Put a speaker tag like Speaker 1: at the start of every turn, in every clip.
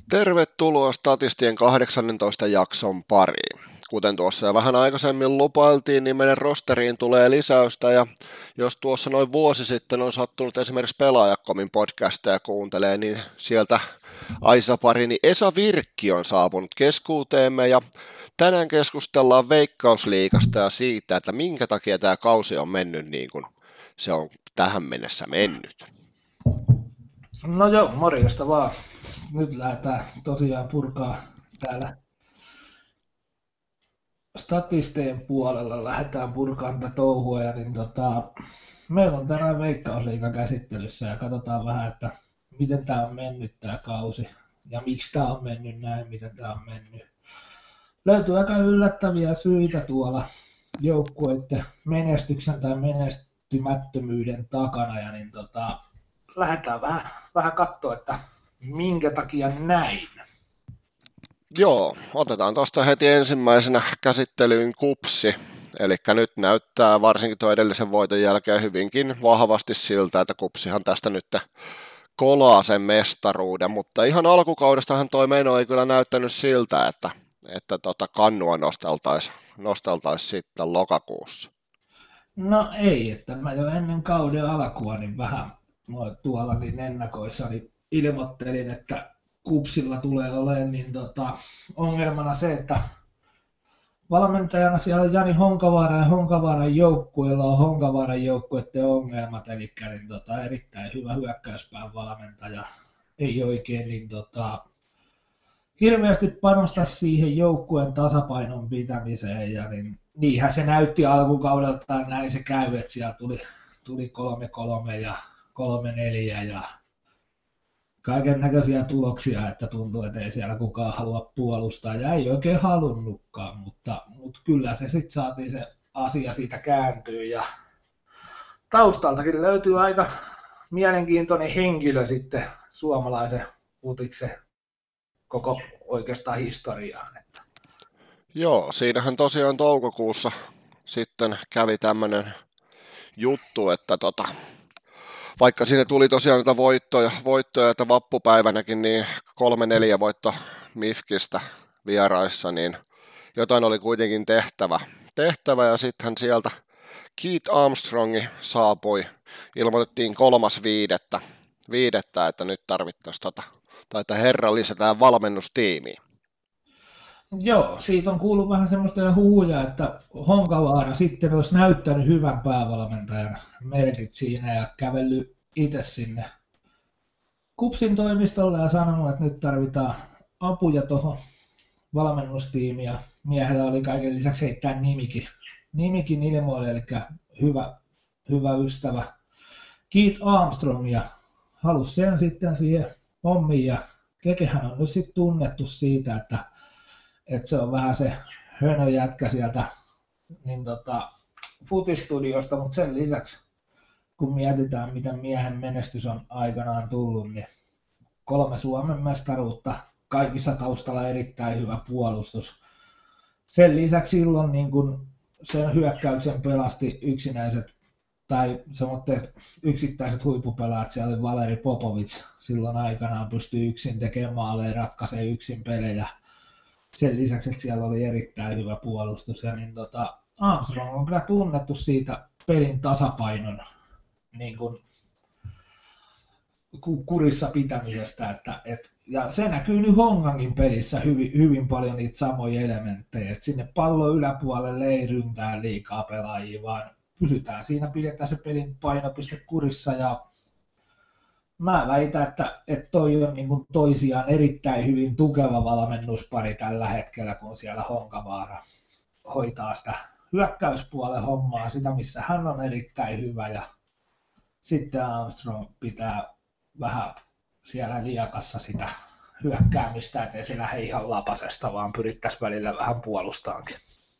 Speaker 1: Tervetuloa Statistien 18 jakson pariin. Kuten tuossa jo vähän aikaisemmin lupailtiin, niin meidän rosteriin tulee lisäystä, ja jos tuossa noin vuosi sitten on sattunut esimerkiksi Pelaajakomin podcasteja kuuntelee, niin sieltä Aisa-parini Esa Virkki on saapunut keskuuteemme, ja tänään keskustellaan Veikkausliigasta ja siitä, että minkä takia tämä kausi on mennyt niin kuin se on tähän mennessä mennyt.
Speaker 2: No joo, morjesta vaan. Nyt lähdetään tosiaan purkaa täällä statisteen puolella, lähdetään purkaan tätä touhua. Ja niin meillä on tänään Veikkausliigan käsittelyssä ja katsotaan vähän, että miten tämä on mennyt tämä kausi ja miksi tämä on mennyt näin, miten tämä on mennyt. Löytyy aika yllättäviä syitä tuolla joukkueiden menestyksen tai menestymättömyyden takana ja niin lähdetään vähän katsoa, että minkä takia näin.
Speaker 1: Joo, otetaan tuosta heti ensimmäisenä käsittelyyn KuPS. Eli nyt näyttää varsinkin tuon edellisen voiton jälkeen hyvinkin vahvasti siltä, että KuPSihan tästä nyt kolaa sen mestaruuden, mutta ihan alkukaudestahan toi meno ei kyllä näyttänyt siltä, että kannua nosteltaisiin sitten lokakuussa.
Speaker 2: No ei, että mä jo ennen kauden alkua niin vähän tuolla niin ennakoissani ilmoittelin, että KuPSilla tulee olemaan niin ongelmana se, että valmentajana siellä on Jani Honkavaara ja Honkavaaran joukkueella on Honkavaaran joukkueiden ongelmat, eli niin erittäin hyvä hyökkäyspään valmentaja, ei oikein niin hirveästi panosta siihen joukkueen tasapainon pitämiseen, ja niinhän se näytti alkukaudeltaan, näin se käy, että siellä tuli 3-3 ja 3-4 ja kaiken näköisiä tuloksia, että tuntuu, että ei siellä kukaan halua puolustaa, ja ei oikein halunnutkaan, mutta kyllä se sitten saatiin se asia siitä kääntyä, ja taustaltakin löytyy aika mielenkiintoinen henkilö sitten suomalaisen futiksen koko oikeastaan historiaan.
Speaker 1: Joo, siinähän tosiaan toukokuussa sitten kävi tämmöinen juttu, että vaikka siinä tuli tosiaan niitä voittoja että vappupäivänäkin, niin 3-4 voitto MIFKistä vieraissa, niin jotain oli kuitenkin tehtävä ja sittenhän sieltä Keith Armstrongi saapui, ilmoitettiin 3.5., että nyt tarvittaisiin tai että herra lisätään valmennustiimiin.
Speaker 2: Joo, siitä on kuullut vähän semmoista huhuja, että Honkavaara sitten olisi näyttänyt hyvän päävalmentajan merkit siinä ja kävellyt itse sinne KuPSin toimistolle ja sanonut, että nyt tarvitaan apuja tuohon valmennustiimiin, ja miehellä oli kaiken lisäksi heittää nimikin ilmoille, eli hyvä ystävä Keith Armstrong, ja halusi sen sitten siihen hommiin, ja Kekehän on nyt sitten tunnettu siitä, että se on vähän se hönöjätkä sieltä niin futistudiosta, mutta sen lisäksi, kun mietitään, miten miehen menestys on aikanaan tullut, niin 3 Suomen mestaruutta, kaikissa taustalla erittäin hyvä puolustus. Sen lisäksi silloin niin kun sen hyökkäyksen pelasti yksinäiset tai semmoiset yksittäiset huippupelaat, siellä oli Valeri Popovic silloin aikanaan, pystyi yksin tekemään maaleja, ratkaisee yksin pelejä. Sen lisäksi, että siellä oli erittäin hyvä puolustus, ja niin Armstrong on kyllä tunnettu siitä pelin tasapainon niin kuin kurissa pitämisestä, ja se näkyy nyt Hongankin pelissä hyvin paljon niitä samoja elementtejä, että sinne pallon yläpuolelle ei ryntää liikaa pelaajia, vaan pysytään siinä, pidetään se pelin painopiste kurissa, ja mä väitän, että toi on niin kuin toisiaan erittäin hyvin tukeva valmennuspari tällä hetkellä, kun siellä Honkavaara hoitaa sitä hyökkäyspuolen hommaa, sitä missä hän on erittäin hyvä, ja sitten Armstrong pitää vähän siellä liakassa sitä hyökkäämistä, ettei se lähde ihan lapasesta, vaan pyrittäisiin välillä vähän puolustaankin.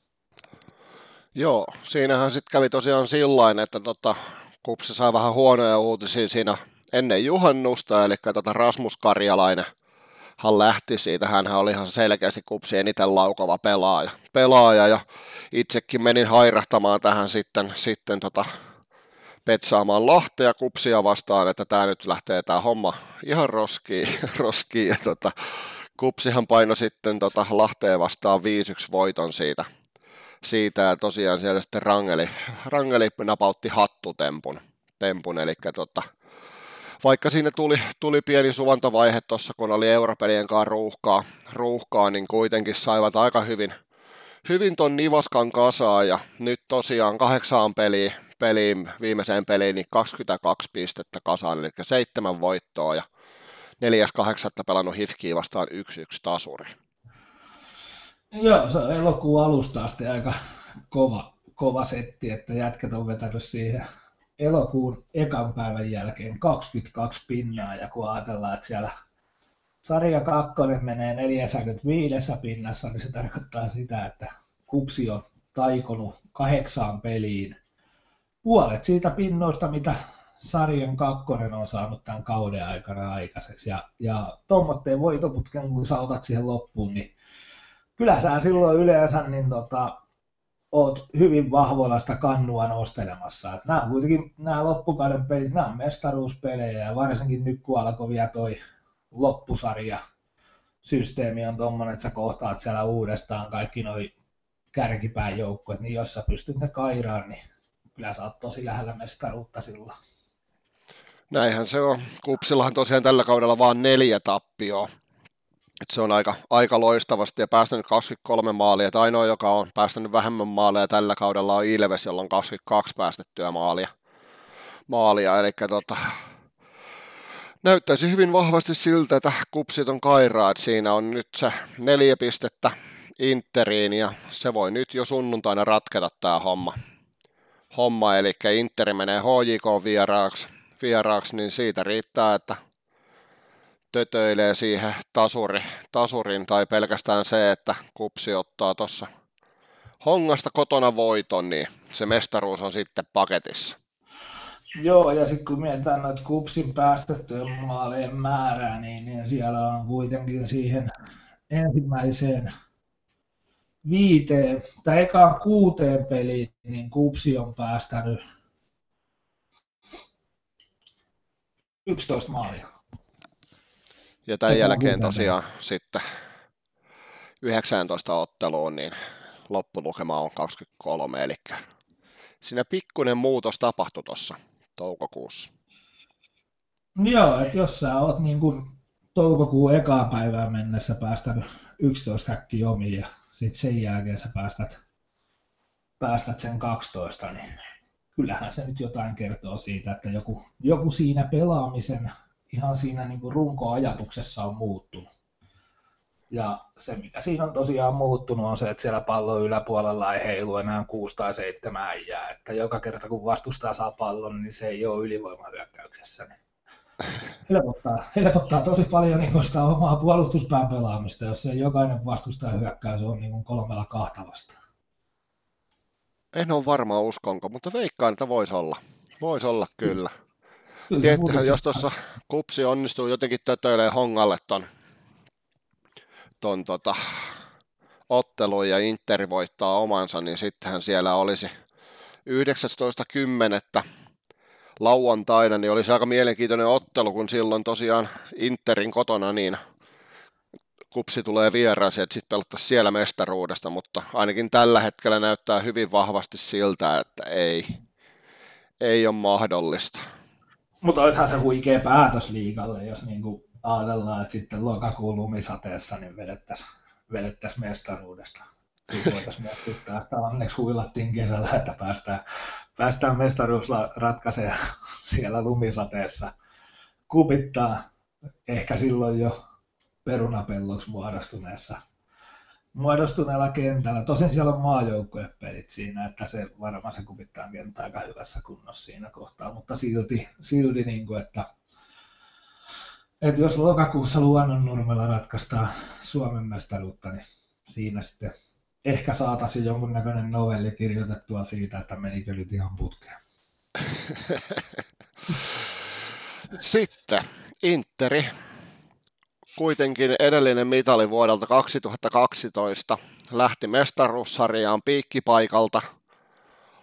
Speaker 1: Joo, siinähän sitten kävi tosiaan sillain, että KuPS sai vähän huonoja uutisia siinä ennen juhannusta, eli Rasmus Karjalainen hän lähti siitä, hän oli ihan selkeästi KuPSin eniten laukova pelaaja, ja itsekin menin hairahtamaan tähän sitten petsaamaan Lahtea Kupsia vastaan, että tämä nyt lähtee tämä homma ihan roskiin ja Kupsihan painoi sitten Lahteen vastaan 5-1 voiton siitä ja tosiaan siellä sitten Rangeli napautti hattutempun eli vaikka siinä tuli pieni suvantovaihe tuossa, kun oli europelien kanssa ruuhkaa, niin kuitenkin saivat aika hyvin ton nivaskan kasaan, ja nyt tosiaan 8 peliin viimeiseen peliin, niin 22 pistettä kasaan, eli 7 voittoa, ja 4.8. pelannut HIFKiä vastaan 1-1 tasuri.
Speaker 2: Joo, se on elokuun alusta asti aika kova setti, että jätkät on vetänyt siihen elokuun ekan päivän jälkeen 22 pinnaa, ja kun ajatellaan, että siellä sarja 2 menee 45 pinnassa, niin se tarkoittaa sitä, että Kupsi on taikonut 8 peliin puolet siitä pinnoista, mitä sarjan 2 on saanut tämän kauden aikana aikaiseksi. Ja tuommoitteen voitoputken, kun sä otat siihen loppuun, niin kyllä sä silloin yleensä niin oot hyvin vahvoilla sitä kannua nostelemassa. Et nämä on kuitenkin nämä loppukauden pelit, nämä on mestaruuspelejä, ja varsinkin nyt kun alkoi vielä toi loppusarja systeemi on tommonen, että sä kohtaat siellä uudestaan kaikki noi kärkipään joukkueet, niin jos sä pystyt ne kairaan, niin kyllä sä oot tosi lähellä mestaruutta silloin.
Speaker 1: Näinhän se on. Kupsillahan tosiaan tällä kaudella vaan 4 tappioa. Et se on aika loistavasti ja päästänyt 23 maalia. Et ainoa, joka on päästänyt vähemmän maaleja tällä kaudella on Ilves, jolla on 22 päästettyä maalia. Eli näyttäisi hyvin vahvasti siltä, että Kupsit on kairaa, että siinä on nyt se 4 pistettä Interiin, ja se voi nyt jo sunnuntaina ratketa tämä homma, eli Interi menee HJK vieraaksi, niin siitä riittää, että tötöilee siihen tasurin, tai pelkästään se, että Kupsi ottaa tuossa Hongasta kotona voiton, niin se mestaruus on sitten paketissa.
Speaker 2: Joo, ja sitten kun mietitään noita Kupsin päästettyjen maalien määrää, niin siellä on kuitenkin siihen ensimmäiseen 6 peliin, niin Kupsi on päästänyt 11 maalia.
Speaker 1: Ja tämän jälkeen tosiaan sitten 19 otteluun, niin loppulukema on 23, eli siinä pikkuinen muutos tapahtui tuossa toukokuussa.
Speaker 2: Joo, että jos sä oot niin kuin toukokuun ekaa päivään mennessä päästänyt 11 häkkiä omiin ja sitten sen jälkeen sä päästät sen 12, niin kyllähän se nyt jotain kertoo siitä, että joku siinä pelaamisen ihan siinä niin kuin runkoajatuksessa on muuttunut. Ja se, mikä siinä on tosiaan muuttunut, on se, että siellä pallon yläpuolella ei heilu enää 6 tai 7 äijää. Että joka kerta, kun vastustaja saa pallon, niin se ei ole ylivoimahyökkäyksessä. Niin helpottaa tosi paljon niin sitä omaa puolustuspään pelaamista, jos se jokainen vastustajahyökkäys on niin 3-2 vastaan.
Speaker 1: En ole varma uskonko, mutta veikkaan, että voisi olla. Voisi olla kyllä. Tietysti, jos tuossa Kupsi onnistuu jotenkin tötöilemään Hongalle ton ottelun ja Interi voittaa omansa, niin sittenhän siellä olisi 19.10. lauantaina, niin olisi aika mielenkiintoinen ottelu, kun silloin tosiaan Interin kotona niin Kupsi tulee vieraasi, että sitten pelattaisiin siellä mestaruudesta, mutta ainakin tällä hetkellä näyttää hyvin vahvasti siltä, että ei ole mahdollista.
Speaker 2: Mutta olisihan se huikea päätös liigalle, jos niinku ajatellaan, että sitten lokakuun lumisateessa niin vedettäisiin mestaruudesta. Sitten voitaisiin miettiä tästä. Onneksi huilattiin kesällä, että päästään mestaruus ratkaisemaan siellä lumisateessa. Kupittaa ehkä silloin jo perunapelloksi muodostuneella kentällä. Tosin siellä on maajoukkuepelit siinä, että se varmaan se Kupittaan kenttä aika hyvässä kunnossa siinä kohtaa, mutta silti niin kuin, että jos lokakuussa Luonnonnurmella ratkaistaan Suomen mestaruutta, niin siinä sitten ehkä saataisiin jonkunnäköinen novelli kirjoitettua siitä, että menikö nyt ihan putkeen.
Speaker 1: Sitten Interi. Kuitenkin edellinen mitali vuodelta 2012 lähti mestaruussarjaan piikkipaikalta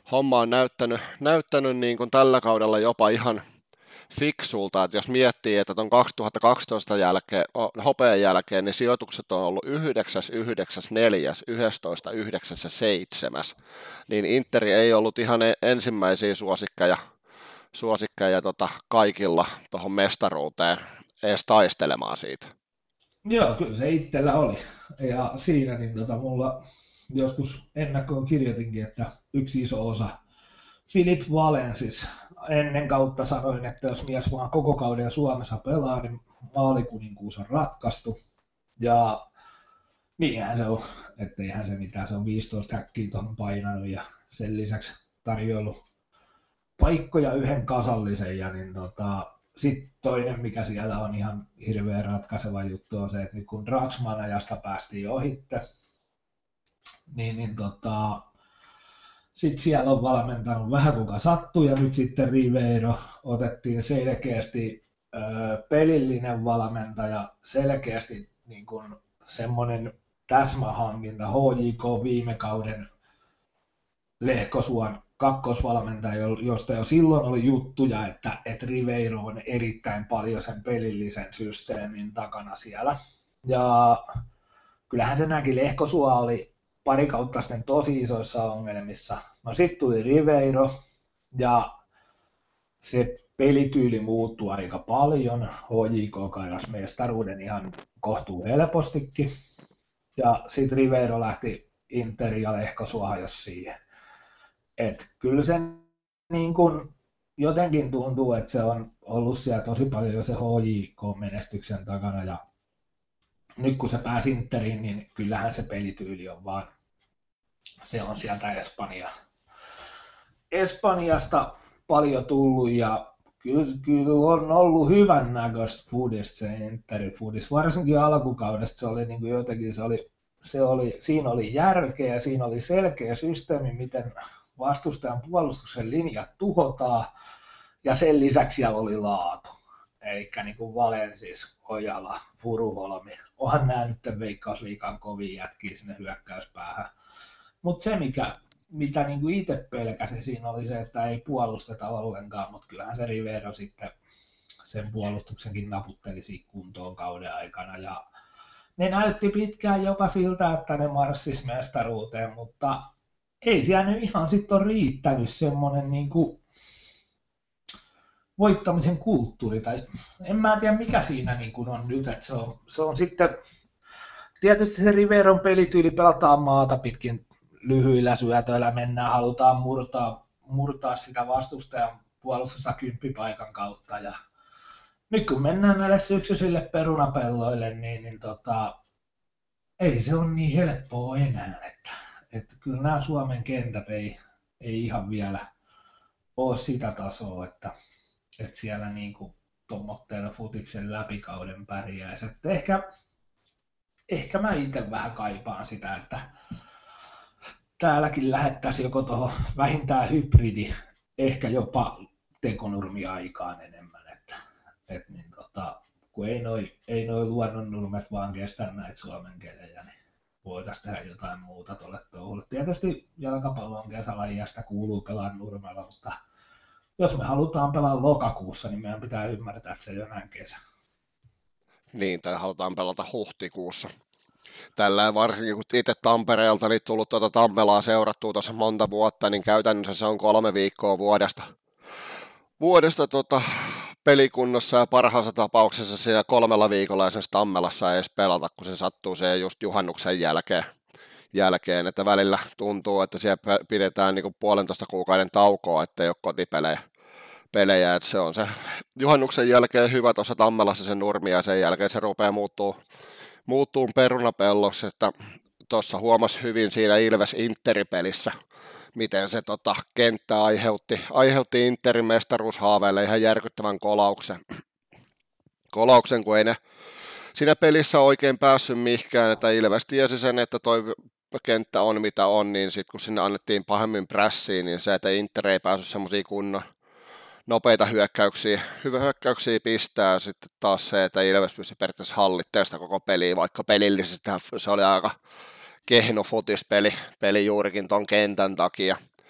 Speaker 1: homma on näyttänyt niin kuin tällä kaudella jopa ihan fiksulta, että jos miettii, että tuon 2012 jälkeen, hopean jälkeen, niin sijoitukset on ollut 9, 9, 4, 11, 9 ja 7, niin Interi ei ollut ihan ensimmäisiä suosikkeja kaikilla tuohon mestaruuteen edes taistelemaan siitä.
Speaker 2: Joo, kyllä se itsellä oli. Ja siinä niin mulla joskus ennakkoon kirjoitinkin, että yksi iso osa Philip Valensis ennen kautta sanoin, että jos mies vaan koko kauden Suomessa pelaa, niin maalikuninkuus on ratkaistu. Ja niinhän se on, etteihän se mitään, se on 15 häkkiä tuohon painanut ja sen lisäksi tarjoillut paikkoja yhden kasallisen. Ja niin sitten toinen, mikä siellä on ihan hirveän ratkaiseva juttu, on se, että nyt kun Draxmanajasta päästiin ohitte, niin sitten siellä on valmentanut vähän kuka sattuu, ja nyt sitten Ribeiro otettiin selkeästi pelillinen valmentaja, selkeästi niin kuin semmoinen täsmähankinta, HJK viime kauden Lehkosuon kakkosvalmentaja, josta jo silloin oli juttuja, että Ribeiro on erittäin paljon sen pelillisen systeemin takana siellä. Ja kyllähän se näki, Lehkosua oli pari kautta sitten tosi isoissa ongelmissa. No sitten tuli Ribeiro ja se pelityyli muuttui aika paljon. HJK kairasi mestaruuden ihan kohtuu helpostikin. Ja sitten Ribeiro lähti Inter ja Lehkosuohan jos siihen. Et kyllä se niin kun jotenkin tuntuu, että se on ollut siellä tosi paljon jo se HJK-menestyksen takana. Ja nyt kun se pääsi Interiin, niin kyllähän se pelityyli on vaan, se on sieltä Espanjasta paljon tullut ja kyllä on ollut hyvän näköistä foodista se Interin foodista. Varsinkin alkukaudesta se oli niin kuin jotenkin, siinä oli järkeä ja siinä oli selkeä systeemi, miten vastustajan puolustuksen linjat tuhotaan ja sen lisäksi siellä oli laatu. Eli niin kuin Valensis, Ojala, Furuholmi, onhan nämä nyt Veikkausliigan kovin jätkiä sinne hyökkäyspäähän. Mutta se, mitä niin kuin itse pelkäsin siinä oli se, että ei puolusteta ollenkaan, mutta kyllähän se Rivero sitten sen puolustuksenkin naputteli siinä kuntoon kauden aikana. Ja ne näytti pitkään jopa siltä, että ne marssis mestaruuteen, mutta ei siellä nyt ihan sitten ole riittänyt semmoinen niin kuin voittamisen kulttuuri, tai en mä tiedä mikä siinä niin kuin on nyt, että se on sitten, tietysti se Riveron pelityyli, pelataan maata pitkin lyhyillä syötöillä, mennään, halutaan murtaa sitä vastustajan puolustusta kymppipaikan kautta, ja nyt kun mennään näille syksyisille perunapelloille, niin ei se ole niin helppoa enää, että kyllä nämä Suomen kentät ei ihan vielä ole sitä tasoa, että siellä niinku tommotteella futiksen läpikauden pärjäisi. Että ehkä mä itse vähän kaipaan sitä, että täälläkin lähettäisiin joko tuohon vähintään hybridi, ehkä jopa tekonurmi-aikaan enemmän. Kun ei noi luonnonnurmet vaan kestä näitä Suomen kelejä, niin voitaisiin tehdä jotain muuta tuolle touhulle. Tietysti jalkapallon kesälajia kuuluu pelaa nurmella, mutta jos me halutaan pelaa lokakuussa, niin meidän pitää ymmärtää, että se ei ole näin kesä.
Speaker 1: Niin, tai halutaan pelata huhtikuussa. Tällä varsinkin, kun itse Tampereelta niin tullut Tammelaa seurattua tuossa monta vuotta, niin käytännössä se on 3 viikkoa vuodesta pelikunnossa ja parhaassa tapauksessa siinä 3 viikolla esimerkiksi Tammelassa ei edes pelata, kun se sattuu se just juhannuksen jälkeen, että välillä tuntuu, että siellä pidetään niin 1,5 kuukauden taukoa, ettei ole kotipelejä, että se on se juhannuksen jälkeen hyvä tuossa Tammelassa se nurmi ja sen jälkeen se rupeaa muuttuu perunapelloksi, että tuossa huomasi hyvin siinä Ilves Interi-pelissä, miten se kenttä aiheutti Interin mestaruushaaveille ihan järkyttävän kolauksen, kun ei ne siinä pelissä oikein päässyt mihinkään, että Ilves tiesi sen, että toi kenttä on mitä on, niin sitten kun sinne annettiin pahemmin prässiin, niin se, että Inter ei päässyt semmoisia kunnon nopeita hyökkäyksiä pistää, sitten taas se, että Ilves pystyi periaatteessa hallittamaan sitä koko peliä, vaikka pelillisesti se oli aika kehno futispeli juurikin ton kentän takia.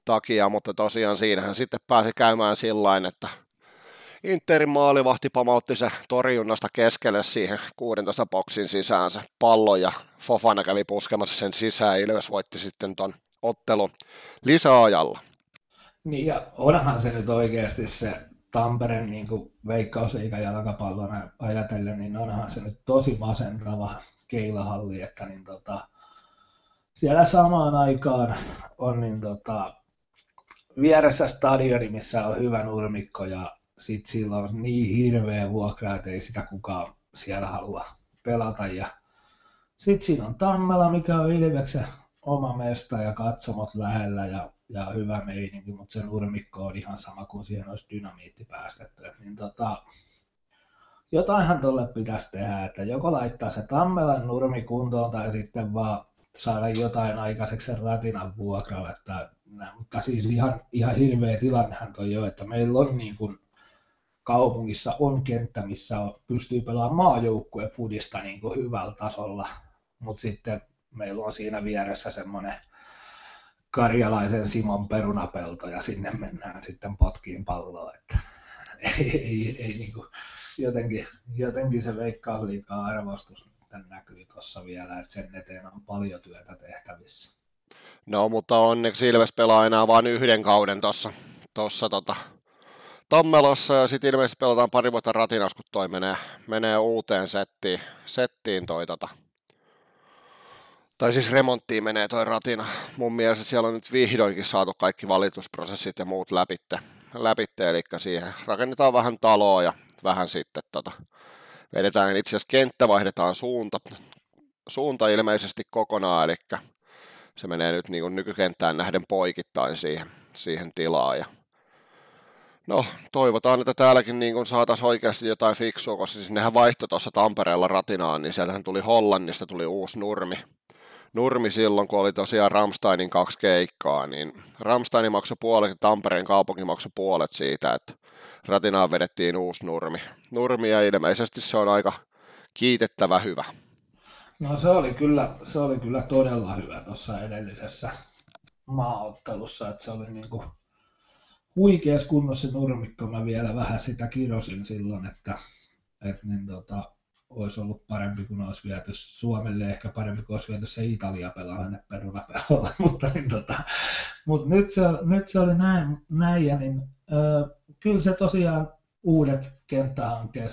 Speaker 1: takia, mutta tosiaan siinähän sitten pääsi käymään sillain, että Interin maalivahti pamautti se torjunnasta keskelle siihen 16 boksin sisään se pallo ja Fofana kävi puskemassa sen sisään. Ilves voitti sitten ton ottelun lisäajalla.
Speaker 2: Niin ja onhan se nyt oikeasti se Tampereen niin veikkausliigan jalkapallona ajatellen, niin onhan se nyt tosi masentava keilahalli, että niin siellä samaan aikaan on niin vieressä stadioni, missä on hyvä nurmikko ja sitten sillä on niin hirveä vuokra, että ei sitä kukaan siellä halua pelata. Ja sitten siinä on Tammela, mikä on Ilveksen oma mesta ja katsomot lähellä ja hyvä meininki, mutta se nurmikko on ihan sama kuin siihen olisi dynamiitti päästetty. Niin jotainhan tuolle pitäisi tehdä, että joko laittaa se Tammelan nurmi kuntoon tai sitten vaan saada jotain aikaiseksi sen Ratinan vuokralla. Mutta siis ihan hirveä tilannehan toi jo, että meillä on niin kuin kaupungissa on kenttä, missä pystyy pelaamaan maajoukkueen fudista niin kuin hyvällä tasolla, mutta sitten meillä on siinä vieressä semmoinen karjalaisen Simon perunapelto ja sinne mennään sitten potkiin palloa, että ei niin kuin, jotenkin se Veikkausliigan arvostus näkyy tuossa vielä, että sen eteen on paljon työtä tehtävissä.
Speaker 1: No, mutta onneksi Ilves pelaa enää vain yhden kauden tuossa Tammelassa ja sitten ilmeisesti pelataan pari vuotta Ratinas, kun toi menee uuteen settiin toi tai siis remonttiin menee toi Ratina. Mun mielestä siellä on nyt vihdoinkin saatu kaikki valitusprosessit ja muut läpitte, eli siihen rakennetaan vähän taloa ja vähän sitten vedetään itse asiassa kenttä, vaihdetaan suunta ilmeisesti kokonaan, eli se menee nyt niin kuin nykykenttään nähden poikittain siihen tilaan. Ja no, toivotaan, että täälläkin niin saataisiin oikeasti jotain fiksua, koska siis nehän vaihtoi tuossa Tampereella Ratinaan, niin sieltähän tuli Hollannista uusi nurmi silloin, kun oli tosiaan Ramsteinin 2 keikkaa, niin Ramsteinin maksoi puolet ja Tampereen kaupunki maksoi puolet siitä, että Ratinaan vedettiin uusi nurmi ja ilmeisesti se on aika kiitettävä hyvä.
Speaker 2: No se oli kyllä todella hyvä tuossa edellisessä maaottelussa, että se oli niin kuin huikeassa kunnossa se nurmikko. Mä vielä vähän sitä kirosin silloin, että olisi ollut parempi, kun olisi viety Suomelle, ehkä parempi, kun olisi viety se Italia pelaa hänen perunapelolla, mutta nyt se oli näin ja kyllä se tosiaan uudet kenttähankkeet,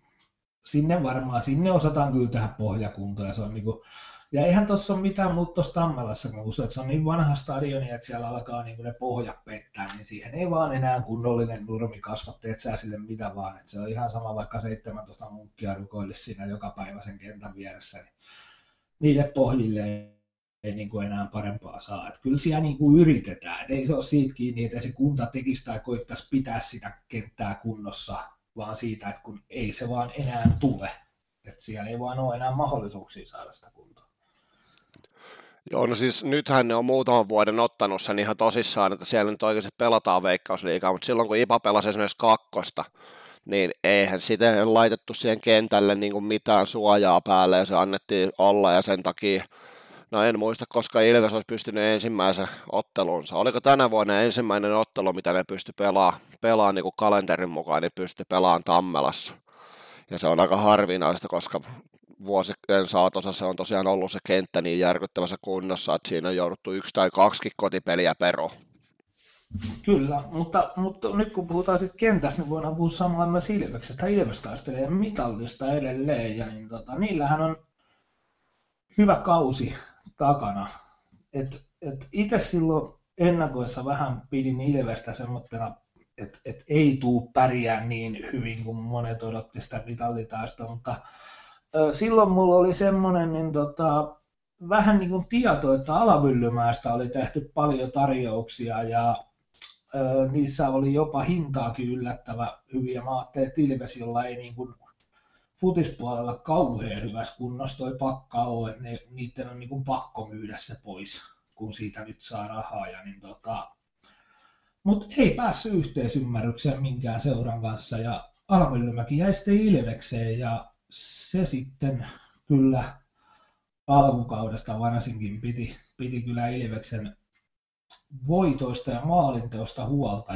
Speaker 2: sinne osataan kyllä tehdä pohjakuntoa ja se on niinku, ja eihän tuossa ole mitään muuta tuossa Tammelassa, kun se on niin vanha stadioni, että siellä alkaa niinku ne pohjat pettää, niin siihen ei vaan enää kunnollinen nurmi kasva, teet sä sille mitä vaan, että se on ihan sama vaikka 17 munkkia rukoilisi siinä joka päivä sen kentän vieressä, niin niille pohjille ei niinku enää parempaa saa, että kyllä siellä niinku yritetään, et ei se ole siitä kiinni, että se kunta tekisi tai koittaisi pitää sitä kenttää kunnossa, vaan siitä, että kun ei se vaan enää tule, että siellä ei vaan ole enää mahdollisuuksia saada sitä kuntoon.
Speaker 1: Joo, no siis nythän ne on muutaman vuoden ottanut sen ihan tosissaan, että siellä nyt oikeasti pelataan Veikkausliigaa, mutta silloin kun IPA pelasi esimerkiksi 2, niin eihän sitä laitettu siihen kentälle niin kuin mitään suojaa päälle ja se annettiin olla ja sen takia, no en muista, koska Ilves olisi pystynyt ensimmäisen ottelunsa. Oliko tänä vuonna ensimmäinen ottelu, mitä ne pystyi pelaamaan niin kuin kalenterin mukaan, niin pystyi pelaamaan Tammelassa. Ja se on aika harvinaista, koska vuosien saatossa se on tosiaan ollut se kenttä niin järkyttävässä kunnossa, että siinä on jouduttu 1 tai 2 kotipeliä peroon.
Speaker 2: Kyllä, mutta nyt kun puhutaan sitten kentästä, niin voidaan puhua samalla myös Ilveksestä. Ilves taistelee mitallista edelleen, ja niillähän on hyvä kausi takana. Itse silloin ennakoissa vähän pidin Ilvestä semmoittena, että ei tuu pärjää niin hyvin kuin monet odotti sitä mitallitaista, mutta silloin mulla oli semmoinen vähän niin kuin tieto, että Alamyllymäestä oli tehty paljon tarjouksia ja niissä oli jopa hintaakin yllättävä hyviä. Mä ajattelin, että Ilves, jolla ei niin kuin futispuolella kauhean hyvässä kunnossa toi pakka ole, että niiden on niin kuin pakko myydä se pois, kun siitä nyt saa rahaa. Mutta ei päässyt yhteisymmärrykseen minkään seuran kanssa ja Alamyllymäki jäi sitten Ilvekseen ja se sitten kyllä alkukaudesta varsinkin piti kyllä Ilveksen voitoista ja maalinteosta huolta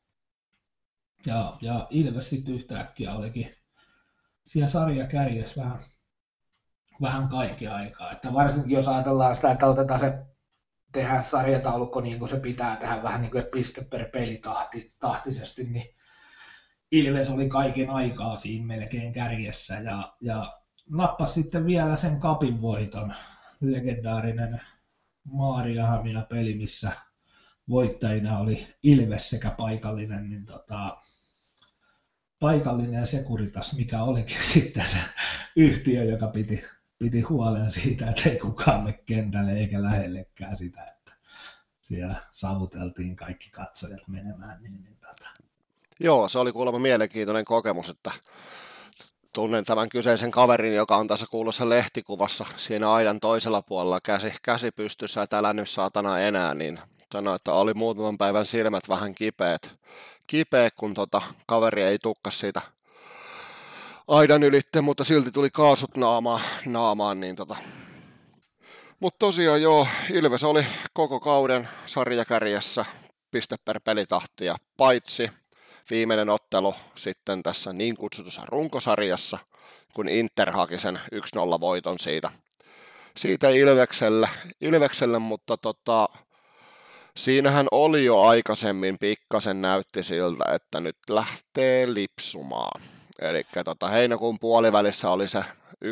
Speaker 2: ja Ilves sitten yhtäkkiä olikin siellä sarjakärjessä vähän kaiken aikaa. Että varsinkin jos ajatellaan sitä, että otetaan se tehdään sarjataulukko niin kuin se pitää tehdä vähän niin kuin piste per peli tahtisesti, niin Ilves oli kaiken aikaa siinä melkein kärjessä ja nappasi sitten vielä sen kapin voiton, legendaarinen Maariahamina peli, missä voittajina oli Ilves sekä paikallinen, niin paikallinen Securitas, mikä olikin sitten se yhtiö, joka piti huolen siitä, että ei kukaan mene kentälle eikä lähellekään sitä, että siellä savuteltiin kaikki katsojat menemään.
Speaker 1: Joo, se oli kuulemma mielenkiintoinen kokemus, että tunnen tämän kyseisen kaverin, joka on tässä kuulussa lehtikuvassa siinä aidan toisella puolella käsi pystyssä, että älä nyt saatana enää, niin sanoi, että oli muutaman päivän silmät vähän kipeät kun kaveri ei tukkas siitä aidan ylitte, mutta silti tuli kaasut naamaan niin Mutta tosiaan joo, Ilves oli koko kauden sarjakärjessä piste per pelitahtia, paitsi viimeinen ottelu sitten tässä niin kutsutussa runkosarjassa, kun Inter haki sen 1-0 voiton siitä Ilvekselle, mutta siinähän oli jo aikaisemmin pikkasen näytti siltä, että nyt lähtee lipsumaan. Eli heinäkuun puolivälissä oli se 1-0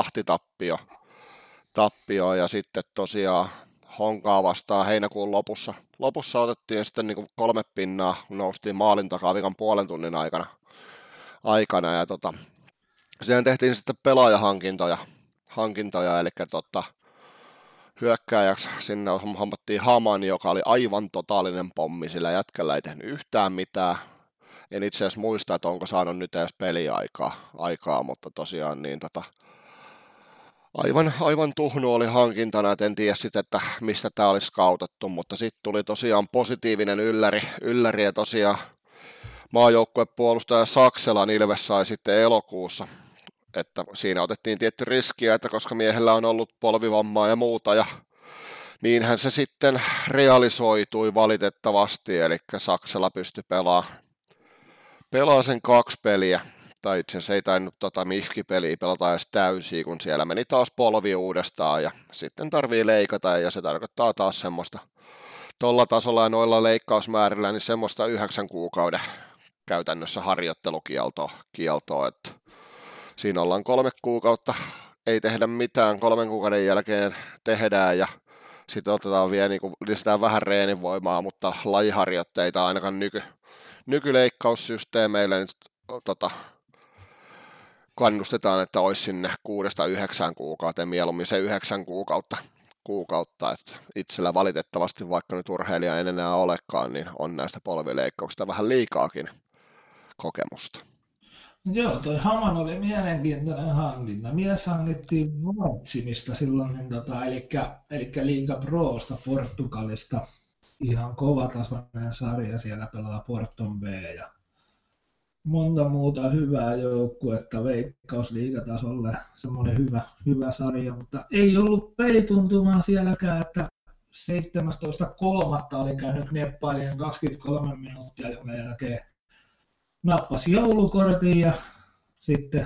Speaker 1: Lahti-tappio ja sitten tosiaan Honkaa vastaan heinäkuun lopussa otettiin sitten niin 3 pinnaa, noustiin maalin takaa viikan puolen tunnin aikana ja siihen tehtiin sitten pelaajahankintoja, eli hyökkääjäksi sinne hommattiin Haman, joka oli aivan totaalinen pommi, sillä jätkällä ei tehnyt yhtään mitään. En itse asiassa muista, että onko saanut nyt edes peliaikaa, mutta tosiaan niin aivan tuhnu oli hankintana, et en tiedä sitten, että mistä tämä olisi skautattu, mutta sitten tuli tosiaan positiivinen ylläri ja tosiaan maajoukkuepuolustaja Sakselan Ilves sai sitten elokuussa, että siinä otettiin tietty riskiä, että koska miehellä on ollut polvivammaa ja muuta, ja niinhän se sitten realisoitui valitettavasti, eli Saksela pystyi pelaamaan sen 2 peliä, tai itse asiassa ei tainnut Mifki-peliä pelata edes täysiä, kun siellä meni taas polvi uudestaan, ja sitten tarvii leikata, ja se tarkoittaa taas semmoista tuolla tasolla ja noilla leikkausmäärillä, niin semmoista 9 kuukauden käytännössä harjoittelukieltoa, että siinä ollaan 3 kuukautta, ei tehdä mitään, 3 kuukauden jälkeen tehdään, ja sitten otetaan vielä, niin lisätään vähän reenivoimaa, mutta lajiharjoitteita ainakaan nykyleikkaussysteemeillä nyt kannustetaan, että olisi sinne 6-9 kuukauteen, mieluummin se 9 kuukautta, että itsellä valitettavasti, vaikka nyt urheilija ei enää olekaan, niin on näistä polvileikkauksista vähän liikaakin kokemusta.
Speaker 2: Joo, toi Haman oli mielenkiintoinen hankinta. Mies hankittiin Vartsimista silloin, eli Liga Prosta Portugalista. Ihan kovatasoinen sarja, siellä pelaa Porton B ja monta muuta hyvää joukkuetta Veikkausliigatasolle, semmoinen hyvä sarja, mutta ei ollut pelituntumaa sielläkään, että 17.3. oli käynyt neppailien 23 minuuttia, jonka jälkeen nappasi joulukortin ja sitten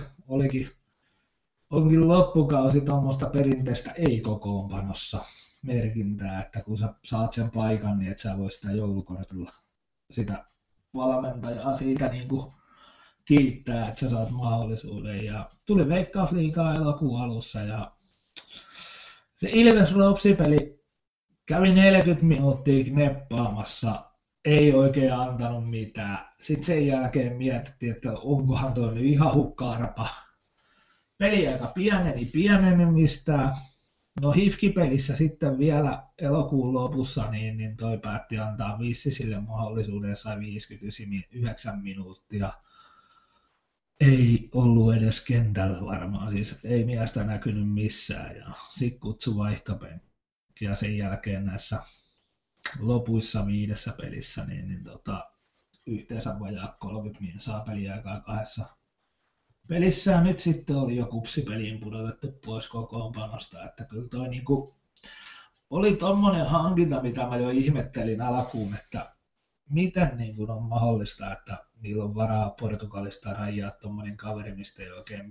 Speaker 2: onkin loppukausi tuommoista perinteistä ei-kokoonpanossa merkintää, että kun sä saat sen paikan, niin et sä voi sitä joulukortilla sitä valmentajaa siitä niin kuin kiittää, että sä saat mahdollisuuden. Ja tuli Veikkausliigaa elokuun alussa ja se Ilves-Ropsi-peli kävi 40 minuuttia neppaamassa, ei oikein antanut mitään. Sitten sen jälkeen mietittiin, että onkohan toi nyt ihan hukkaarpa. Peliaika pienenemistä. No Hifki-pelissä sitten vielä elokuun lopussa, niin toi päätti antaa Vissisille mahdollisuuden, sai 59 minuuttia. Ei ollut edes kentällä varmaan, siis ei miestä näkynyt missään ja sitten kutsui vaihtopenkkiä sen jälkeen näissä lopuissa 5 pelissä, niin yhteensä vajaa 30 minsaa peliaikaa 2 pelissä. Nyt sitten oli jo kupsipeliin pudotettu pois kokoonpanosta, että kyllä toi niinku oli tommonen hankinta, mitä mä jo ihmettelin alkuun, että miten niin kuin on mahdollista, että niillä on varaa Portugalista rajaa tommonen kaveri, mistä ei oikein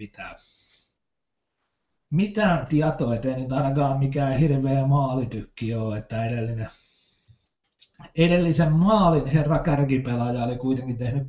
Speaker 2: mitään tietoa, ettei nyt ainakaan mikään hirveä maalitykki ole, että edellisen maalin herra kärkipelaaja oli kuitenkin tehnyt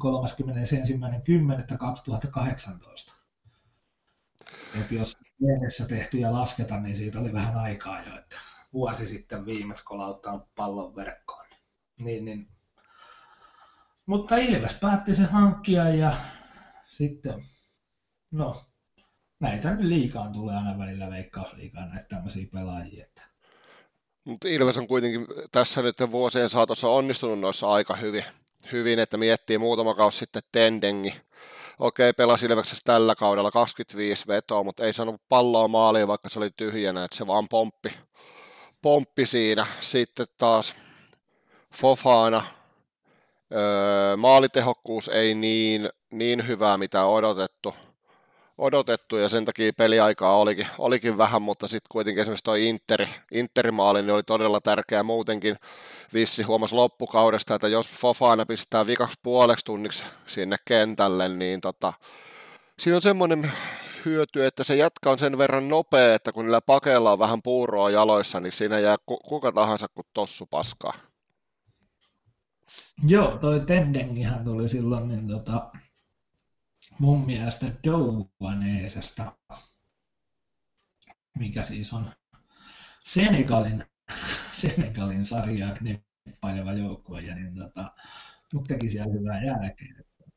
Speaker 2: 31.10.2018. Et jos mielessä tehty ja lasketa, niin siitä oli vähän aikaa jo, että vuosi sitten viimeksi kolauttanut pallon verkkoon. Niin. Mutta Ilves päätti se hankkia ja sitten, no näitä liigaan tulee aina välillä Veikkausliigaan näitä tämmöisiä pelaajia.
Speaker 1: Mutta Ilves on kuitenkin tässä nyt vuosien saatossa onnistunut noissa aika hyvin, että miettii muutama kausi sitten Tendengi. Okei, pelasi Ilveksessä tällä kaudella 25 vetoa, mutta ei saanut palloa maaliin, vaikka se oli tyhjänä, että se vaan pomppi siinä. Sitten taas Fofana, maalitehokkuus ei niin hyvää, mitä odotettu ja sen takia peliaikaa olikin vähän, mutta sitten kuitenkin esimerkiksi tuo Interimaali niin oli todella tärkeä muutenkin. Vissi huomasi loppukaudesta, että jos Fofana pistää vikaksi puoleksi tunniksi sinne kentälle, niin siinä on semmoinen hyöty, että se jätkä on sen verran nopea, että kun niillä pakeilla on vähän puuroa jaloissa, niin siinä jää kuka tahansa kuin tossu paskaa.
Speaker 2: Joo, toi Tendengihän tuli silloin niin mun mielestä Douanesesta, mikä siis on Senegalin sarjaa knippaileva joukkue, ja niin teki siellä hyvää jälkeen.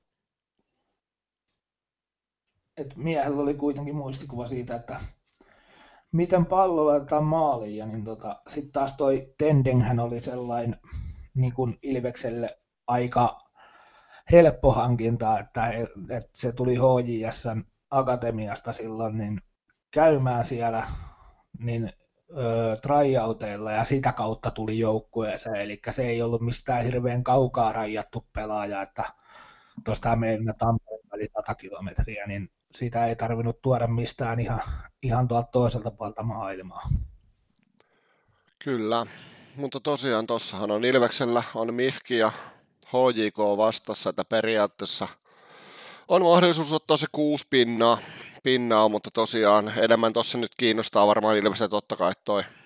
Speaker 2: Et miehellä oli kuitenkin muistikuva siitä, että miten pallo laitetaan maaliin, ja niin sitten taas toi Tendenghän oli sellainen niin kuin Ilvekselle aika helppo hankinta, että se tuli HJS:n akatemiasta silloin niin käymään siellä niin tryouteilla ja sitä kautta tuli joukkueeseen, eli se ei ollut mistään hirveän kaukaa rajattu pelaaja, että tuosta meillä Tampereen väli 100 kilometriä, niin sitä ei tarvinnut tuoda mistään ihan tuolta toiselta puolta maailmaa.
Speaker 1: Kyllä, mutta tosiaan tuossahan on Ilveksellä on Mifki ja HJK vastassa, että periaatteessa on mahdollisuus ottaa se 6 pinnaa, mutta tosiaan enemmän tuossa nyt kiinnostaa varmaan Ilvestä totta kai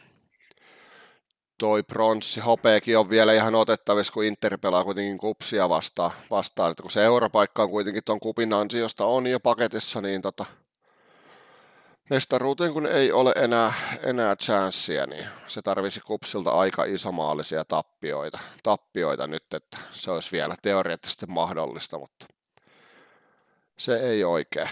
Speaker 1: toi pronssi. Hopeakin on vielä ihan otettavissa, kun Inter pelaa kuitenkin kupsia vastaan. Että kun se europaikka on kuitenkin tuon kupin ansiosta on jo paketissa, niin mestaruuteen kun ei ole enää chanssia, niin se tarvisi kupsilta aika isomaalisia tappioita nyt, että se olisi vielä teoreettisesti mahdollista, mutta se ei oikein.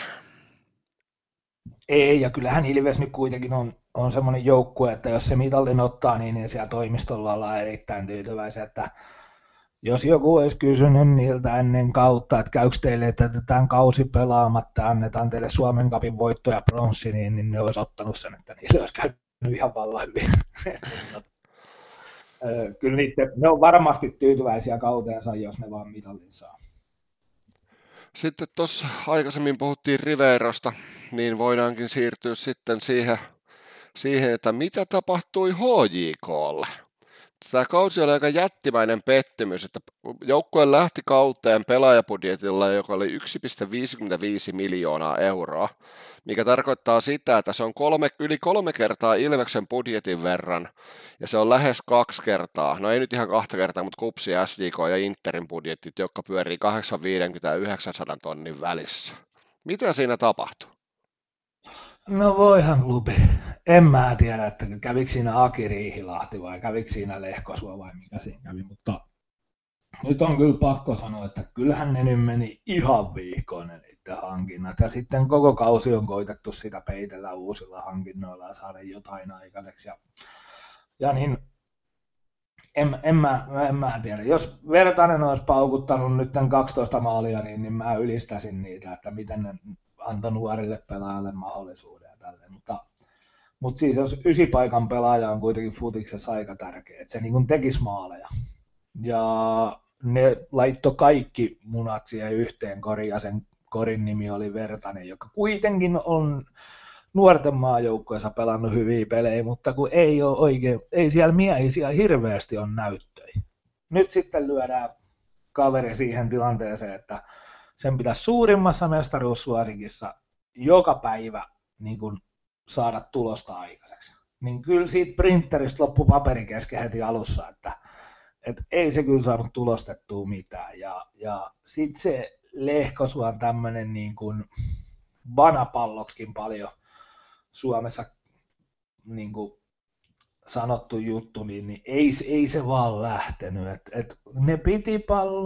Speaker 2: Ei, ja kyllähän Ilves nyt kuitenkin on semmoinen joukkue, että jos se mitallin ottaa, niin siellä toimistolla ollaan erittäin tyytyväisiä, että jos joku olisi kysynyt niiltä ennen kautta, että käykö teille, että jätetään kausi pelaamatta, annetaan teille Suomen Cupin voitto ja pronssi, niin ne olisi ottanut sen, että niille olisi käynyt ihan vallan hyvin. Kyllä ne on varmasti tyytyväisiä kauteensa, jos ne vaan mitallin saa.
Speaker 1: Sitten tuossa aikaisemmin puhuttiin Riveirosta, niin voidaankin siirtyä sitten siihen, että mitä tapahtui HJK:lle. Tämä kausi oli aika jättimäinen pettymys, että joukkue lähti kauteen pelaajabudjetilla, joka oli 1,55 miljoonaa euroa, mikä tarkoittaa sitä, että se on yli 3 kertaa Ilveksen budjetin verran, ja se on lähes 2 kertaa, no ei nyt ihan 2 kertaa, mutta KuPS, SJK ja Interin budjetit, jotka pyörii 850 ja 900 tonnin välissä. Mitä siinä tapahtui?
Speaker 2: No voihan klubi. En mä tiedä, että kävikö siinä Aki Riihilahti vai kävikö siinä Lehkosuo vai mikä siinä kävi, mutta nyt on kyllä pakko sanoa, että kyllähän ne nyt meni ihan viihkoon ne niiden hankinnat. Ja sitten koko kausi on koitettu sitä peitellä uusilla hankinnoilla ja saada jotain aikaiseksi. Ja niin, en mä tiedä. Jos Vertanen olisi paukuttanut nyt 12 maalia, niin mä ylistäisin niitä, että miten ne antoi nuorille pelaajalle mahdollisuuden ja tälleen. Mutta siis jos 9 paikan pelaaja on kuitenkin futiksessa aika tärkeä, että se niin kuin tekisi maaleja. Ja ne laittoi kaikki munat siihen yhteen koriin, ja sen korin nimi oli Vertanen, joka kuitenkin on nuorten maajoukkueessa pelannut hyviä pelejä, mutta kun ei ole oikein, ei siellä miehisiä hirveästi on näyttöjä. Nyt sitten lyödään kaveri siihen tilanteeseen, että sen pitäisi suurimmassa mestaruussuosikissa joka päivä niin kuin saada tulosta aikaiseksi. Niin kyllä siitä printeristä loppui paperi kesken heti alussa, että ei se kyllä saanut tulostettua mitään. Ja sitten se Lehkosuon tämmöinen niin kuin vanapalloksikin paljon Suomessa niin kuin sanottu juttu, niin ei se vaan lähtenyt. Et ne piti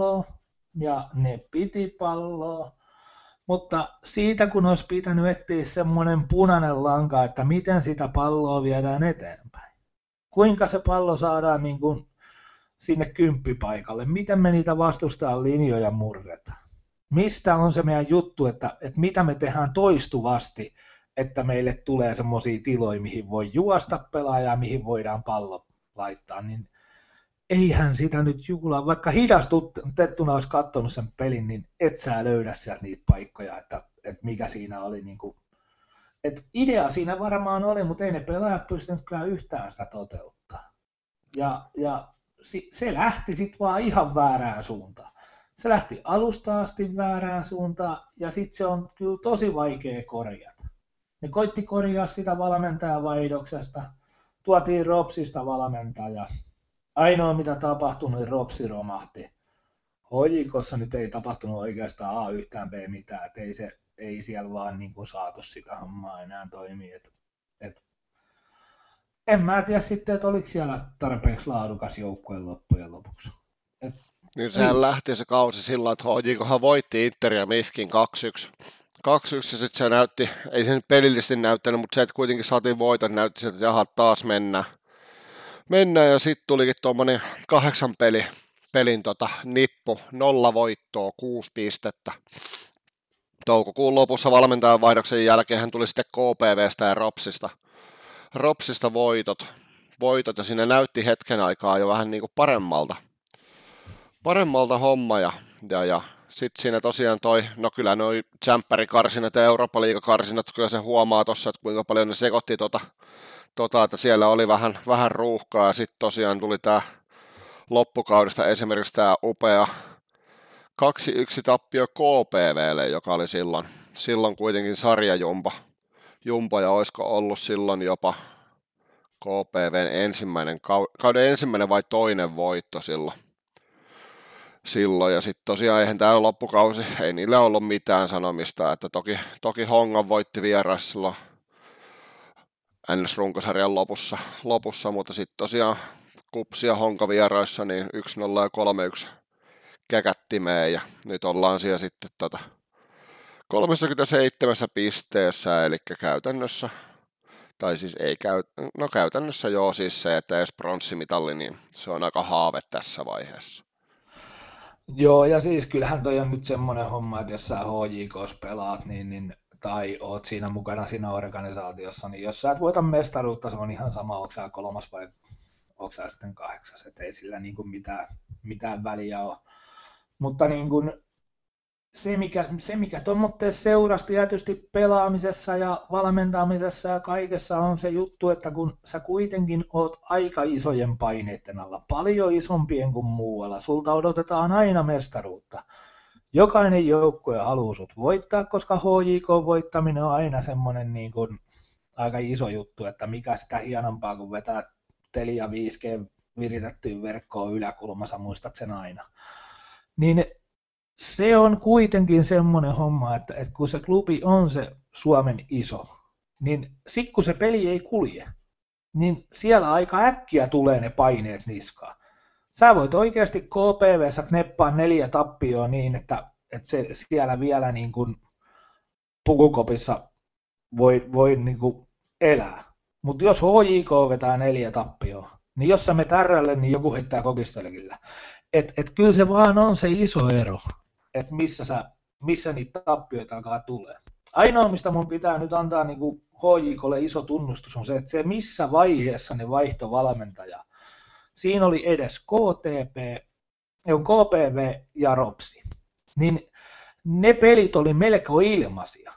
Speaker 2: palloa, mutta siitä kun olisi pitänyt etsiä semmoinen punainen lanka, että miten sitä palloa viedään eteenpäin. Kuinka se pallo saadaan niin kuin sinne kymppipaikalle, miten me niitä vastustajan linjoja murretaan. Mistä on se meidän juttu, että mitä me tehdään toistuvasti, että meille tulee semmoisia tiloja, mihin voi juosta pelaajaa, mihin voidaan pallo laittaa, niin eihän sitä nyt jukulaa, vaikka hidastutettuna olisi katsonut sen pelin, niin et sä löydä sieltä niitä paikkoja, että mikä siinä oli. Niin kuin, että idea siinä varmaan oli, mutta ei ne pelaajat pystynyt kyllä yhtään sitä toteuttaa. Ja se lähti sitten vaan ihan väärään suuntaan. Se lähti alusta asti väärään suuntaan, ja sitten se on kyllä tosi vaikea korjata. Ne koitti korjaa sitä valmentajan vaihdoksesta, tuotiin Ropsista valmentaja. Ainoa mitä tapahtui, niin Ropsi romahti. HJK:ssa nyt ei tapahtunut oikeastaan A yhtään B mitään, että ei siellä vaan niin kuin saatu sitä hommaa enää toimia. En mä tiedä sitten, että oliko siellä tarpeeksi laadukas joukkueen loppujen lopuksi.
Speaker 1: Niin sehän lähti se kausi sillä, että HJKhan voitti Inter ja Mifkin 2-1. 2-1 ja sitten se näytti, ei se nyt pelillisesti näyttänyt, mutta se, että kuitenkin saatiin voiton, näytti, että jaha, taas mennään ja sitten tulikin tuommoinen 8 pelin nippu, 0 voittoa, 6 pistettä. Toukokuun lopussa valmentajan vaihdoksen jälkeen hän tuli sitten KPVstä ja Ropsista voitot ja siinä näytti hetken aikaa jo vähän niin kuin paremmalta homma ja sitten siinä tosiaan no kyllä noi tsemppärikarsinat ja Eurooppa-liigakarsinat, kyllä se huomaa tuossa, että kuinka paljon ne sekoitti että siellä oli vähän ruuhkaa ja sitten tosiaan tuli tämä loppukaudesta esimerkiksi tämä upea 2-1 tappio KPVlle, joka oli silloin kuitenkin sarjajumpa ja olisiko ollut silloin jopa KPVn kauden ensimmäinen vai toinen voitto silloin ja sitten tosiaan eihän tämä loppukausi, ei niillä ollut mitään sanomista, että toki Hongan voitti vieraissa silloin NS-runkosarjan lopussa, mutta sitten tosiaan Kupsi ja Honka vieraissa niin 1-0 ja 3-1 käkättimeen ja nyt ollaan siellä sitten 37 pisteessä, eli käytännössä, tai siis käytännössä joo, siis se, että edes pronssimitalli, niin se on aika haave tässä vaiheessa.
Speaker 2: Joo, ja siis kyllähän toi on nyt semmoinen homma, että jos sä HJK:ssa pelaat, niin tai oot siinä mukana siinä organisaatiossa, niin jos sä et voita mestaruutta, se on ihan sama, onko sä 3. vai onko sä sitten 8, että ei sillä niin kuin mitään väliä ole. Mutta niin kuin se mikä tuommoitteessa seurasi tietysti pelaamisessa ja valmentamisessa ja kaikessa on se juttu, että kun sä kuitenkin oot aika isojen paineiden alla, paljon isompien kuin muualla, sulta odotetaan aina mestaruutta. Jokainen joukkue haluaa sut voittaa, koska HJK-voittaminen on aina semmoinen niin kuin aika iso juttu, että mikä sitä hienompaa kuin vetää Telia 5G viritettyyn verkkoon yläkulmassa, muistat sen aina. Niin se on kuitenkin semmoinen homma, että kun se klubi on se Suomen iso, niin sit kun se peli ei kulje, niin siellä aika äkkiä tulee ne paineet niskaan. Sä voit oikeasti KPV:ssä kneppaa 4 tappioa niin, että se siellä vielä niin kuin pukukopissa voi niin kuin elää. Mutta jos HJK vetää 4 tappioa, niin jos sä menet RL, niin joku heittää kokistelkille. Et kyllä se vaan on se iso ero, että missä niitä tappioita alkaa tulee. Ainoa, mistä mun pitää nyt antaa niin kuin HJKlle iso tunnustus, on se, että se missä vaiheessa ne vaihto valmentaja. Siinä oli edes KPV ja Ropsi. Niin ne pelit oli melko ilmaisia.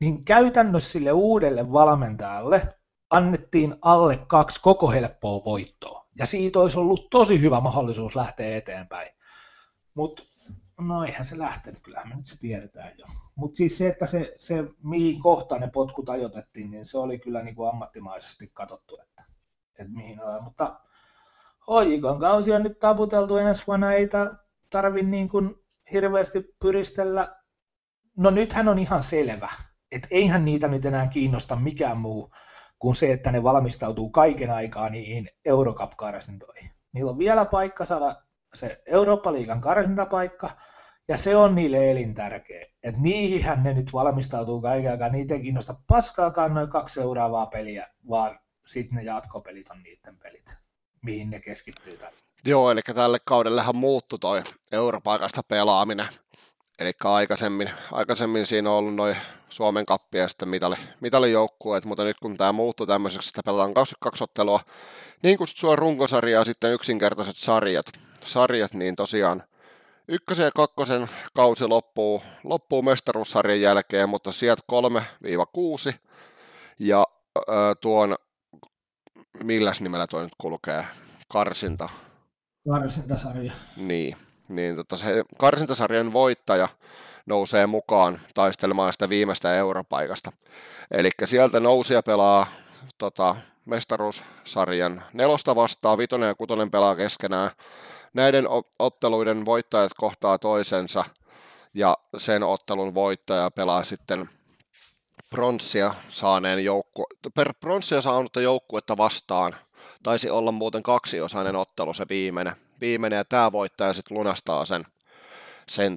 Speaker 2: niin käytännössä sille uudelle valmentajalle annettiin alle 2 koko helppoa voittoa. Ja siitä olisi ollut tosi hyvä mahdollisuus lähteä eteenpäin. Mutta no eihän se lähtenyt, kyllähän me nyt se tiedetään jo. Mutta siis se, että se mihin kohtaan ne potkut ajoitettiin, niin se oli kyllä niin kuin ammattimaisesti katsottu, että mihin on. Mutta HJK:n kausi on nyt taputeltu ensi vuonna, ei tarvitse niin kuin hirveästi pyristellä. No nythän on ihan selvä, että eihän niitä nyt enää kiinnosta mikään muu kuin se, että ne valmistautuu kaiken aikaa niihin Eurocup-karsintoihin. Niillä on vielä paikka saada se Eurooppa-liigan karsintapaikka, ja se on niille elintärkeä. Että niihinhän ne nyt valmistautuu kaiken aikaa, niitä ei kiinnosta paskaakaan noin 2 seuraavaa peliä, vaan sitten ne jatkopelit on niiden pelit, mihin ne keskittyy.
Speaker 1: Joo, eli tälle kaudellehan muuttui toi europaikasta pelaaminen. Eli aikaisemmin siinä on ollut noin Suomen kappi ja sitten mitalijoukkueet, mutta nyt kun tämä muuttui tämmöiseksi, että pelataan 22 ottelua, niin kutsuttua runkosarjaa ja sitten yksinkertaiset sarjat, niin tosiaan 1. ja 2. kausi loppuu mestaruussarjan jälkeen, mutta sieltä 3-6 ja tuon, milläs nimellä tuo nyt kulkee,
Speaker 2: Karsintasarja.
Speaker 1: Niin se karsintasarjan voittaja nousee mukaan taistelemaan sitä viimeistä europaikasta. Eli sieltä nousija pelaa mestaruussarjan 4 vastaan, 5 ja 6 pelaa keskenään. Näiden otteluiden voittajat kohtaa toisensa, ja sen ottelun voittaja pelaa sitten pronssia saanutta joukkuetta vastaan. Taisi olla muuten 2-osainen ottelu se viimeinen, ja tämä voittaja sitten lunastaa sen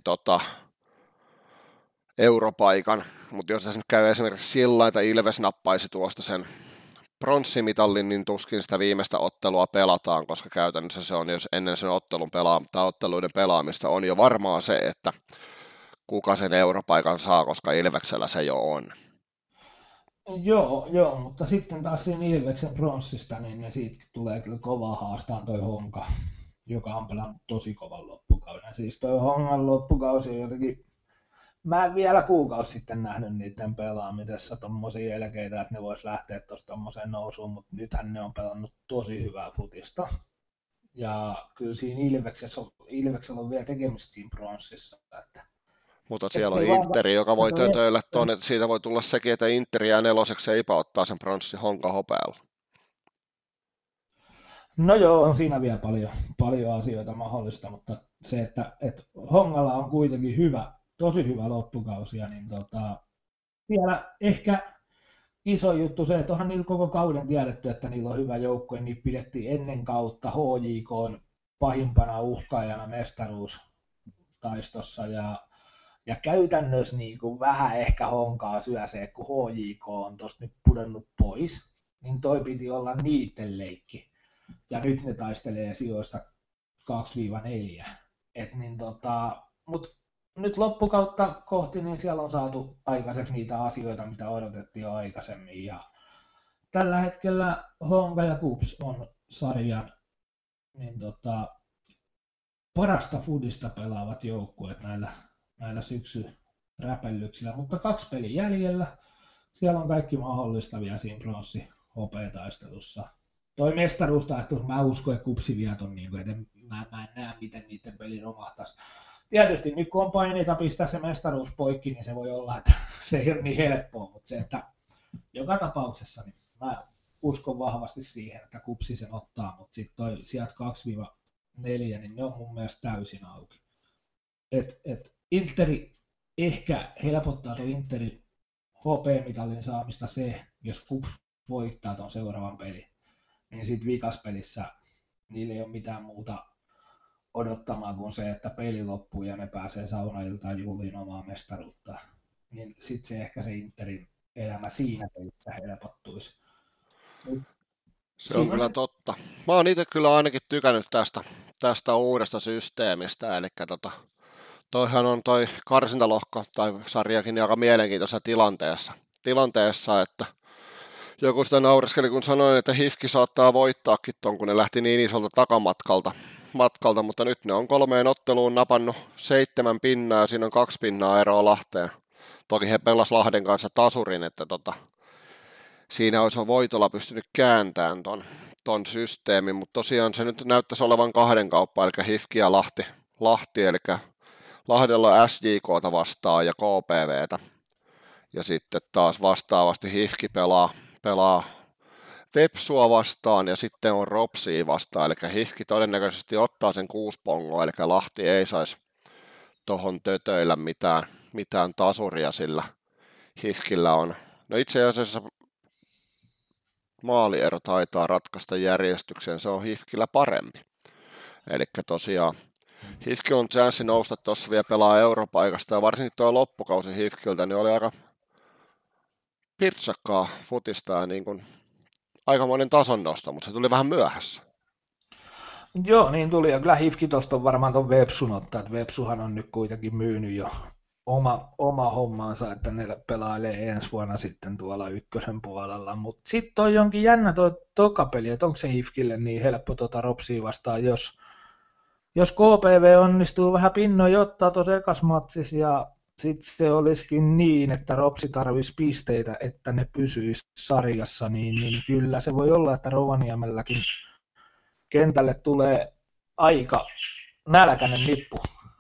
Speaker 1: europaikan. Mutta jos tässä nyt käy esimerkiksi sillä, että Ilves nappaisi tuosta sen pronssimitalin, niin tuskin sitä viimeistä ottelua pelataan, koska käytännössä se on, jos ennen sen otteluiden pelaamista on jo varmaa se, että kuka sen europaikan saa, koska Ilveksellä se jo on.
Speaker 2: Joo, mutta sitten taas siinä Ilveksen pronssista, niin siitä tulee kyllä kova haastaan toi Honka, joka on pelannut tosi kovan loppukauden. Siis toi Hongan loppukausi on jotenkin, mä en vielä kuukausi sitten nähnyt niiden pelaamisessa tommosia elkeitä, että ne vois lähteä tuosta tommoseen nousuun, mutta nythän ne on pelannut tosi hyvää futista. Ja kyllä siinä Ilveksellä on vielä tekemistä siinä pronssissa, että
Speaker 1: mutta siellä on Interi, joka voi tötöillä tuonne, että siitä voi tulla sekin, että Interi jää 4. ja Ipa ottaa sen pronssi Honka hopealla.
Speaker 2: No joo, on siinä vielä paljon asioita mahdollista, mutta se, että Hongalla on kuitenkin tosi hyvä loppukausi, niin vielä ehkä iso juttu se, että onhan niillä koko kauden tiedetty, että niillä on hyvä joukkue, niin pidettiin ennen kautta HJK:n pahimpana uhkaajana mestaruustaistossa, ja käytännössä niin kuin vähän ehkä Honkaa syö se, kun HJK on tuosta nyt pudonnut pois, niin toi piti olla niitten leikki. Ja nyt ne taistelee sijoista 2-4. Mutta nyt loppukautta kohti, niin siellä on saatu aikaiseksi niitä asioita, mitä odotettiin jo aikaisemmin. Ja tällä hetkellä Honka ja KuPS on sarjan parasta foodista pelaavat joukkueet näillä syksyräpellyksillä, mutta 2 peliä jäljellä. Siellä on kaikki mahdollista vielä siinä pronssi-hopeataistelussa. Toi mestaruustaistelussa, mä uskon, että KuPS vie ton, että mä en näe, miten niiden peli romahtaisi. Tietysti nyt kun on paineita pistää se mestaruus poikki, niin se voi olla, että se ei ole niin helppoa, mutta se, että joka tapauksessa niin mä uskon vahvasti siihen, että KuPS sen ottaa, mutta sitten sieltä 2-4, niin ne on mun mielestä täysin auki. Interi ehkä helpottaa tuon Interin HP-mitalin saamista se, jos KuPS voittaa tuon seuraavan pelin, niin sitten vikaspelissä niillä ei ole mitään muuta odottamaan kuin se, että peli loppuu ja ne pääsee saunailtaan juhliin omaa mestaruutta. Niin sitten se ehkä se Interin elämä siinä pelissä helpottuisi.
Speaker 1: Se on kyllä totta. Mä oon itse kyllä ainakin tykännyt tästä uudesta systeemistä, eli toihan on toi karsintalohko tai sarjakin aika mielenkiintoisessa tilanteessa, että joku sitä naureskeli, kun sanoin, että HIFK saattaa voittaakin ton, kun ne lähti niin isolta takamatkalta, mutta nyt ne on 3 otteluun napannut 7 pinnaa ja siinä on 2 pinnaa eroa Lahteen. Toki he pelas Lahden kanssa tasurin, että siinä olisi voitolla pystynyt kääntämään ton systeemin, mutta tosiaan se nyt näyttäisi olevan kahden kauppaa, eli HIFK ja Lahti, eli Lahdella on SJK:ta vastaan ja KPVtä, ja sitten taas vastaavasti HIFK pelaa Vepsua vastaan ja sitten on Ropsia vastaan, eli HIFK todennäköisesti ottaa sen 6 pongoa, eli Lahti ei saisi tuohon tötöillä mitään tasuria, sillä HIFKillä on, no itse asiassa maaliero taitaa ratkaista järjestyksen, se on HIFKillä parempi. Eli tosiaan HIFK on chanssi nousta tuossa vielä pelaa europaikasta, ja varsinkin tuo loppukausi HIFKiltä niin oli aika pirtsakkaa futista ja niin kuin aikamoinen tason nosto, mutta se tuli vähän myöhässä.
Speaker 2: Joo, niin tuli, ja kyllä HIFK tuosta on varmaan tuon Vepsun ottaa, että Vepsuhan on nyt kuitenkin myynyt jo oma hommansa, että ne pelailee ensi vuonna sitten tuolla ykkösen puolella, mutta sitten on jonkin jännä tuo tokapeli, että onko se HIFKille niin helppo Ropsia vastaan, jos KPV onnistuu vähän pinnoin ottaa tuossa ekasmatsis ja sitten se olisikin niin, että Ropsi tarvitsisi pisteitä, että ne pysyisi sarjassa, niin kyllä se voi olla, että Rovaniemelläkin kentälle tulee aika nälkäinen nippu.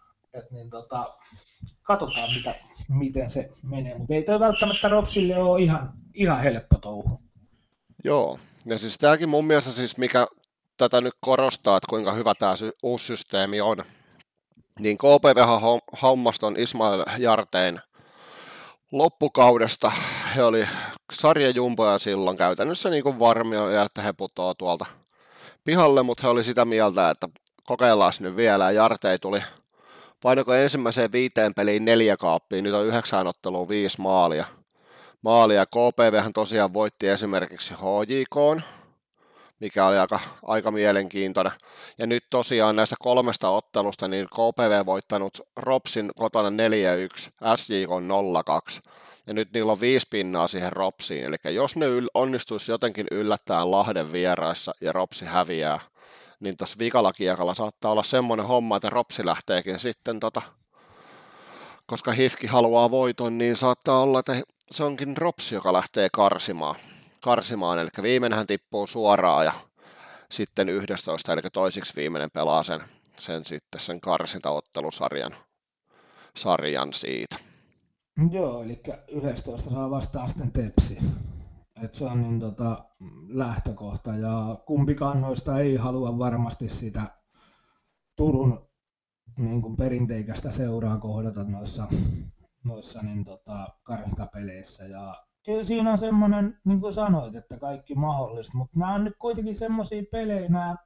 Speaker 2: Katsotaan, miten se menee, mutta ei toi välttämättä Ropsille ole ihan helppo touhu.
Speaker 1: Joo, ja siis tämäkin mun mielestä siis mikä tätä nyt korostaa, että kuinka hyvä tämä uusi systeemi on, niin KPV-hommas on Ismail Jartein loppukaudesta. He oli sarjajumpoja silloin käytännössä niin kuin varmia, että he putoaa tuolta pihalle, mutta he oli sitä mieltä, että kokeillaan nyt vielä, ja Jartei tuli painoko ensimmäiseen 5 peliin 4 kaappia, nyt on 9 otteluun 5 maalia. KPVhän tosiaan voitti esimerkiksi HJK:n, mikä oli aika mielenkiintoinen. Ja nyt tosiaan näistä 3 ottelusta niin KPV voittanut Ropsin kotona 4-1, SJK 0-2. Ja nyt niillä on 5 pinnaa siihen Ropsiin. Eli jos ne onnistuisi jotenkin yllättämään Lahden vieraissa ja Ropsi häviää, niin tuossa vikalla kiekalla saattaa olla semmoinen homma, että Ropsi lähteekin sitten, koska HIFK haluaa voiton, niin saattaa olla, että se onkin Ropsi, joka lähtee karsimaan. Eli viimeinenhän tippuu suoraan ja sitten 11, eli toisiksi viimeinen pelaa sen karsintaottelusarjan siitä.
Speaker 2: Joo, eli 11 saa vastaan sitten Tepsi. Että se on niin lähtökohta, ja kumpikaan noista ei halua varmasti sitä Turun niin kuin perinteikästä seuraa kohdata noissa niin karsintapeleissä. Ja kyllä siinä on semmoinen, niin kuin sanoit, että kaikki mahdollista, mutta nämä on nyt kuitenkin semmoisia pelejä,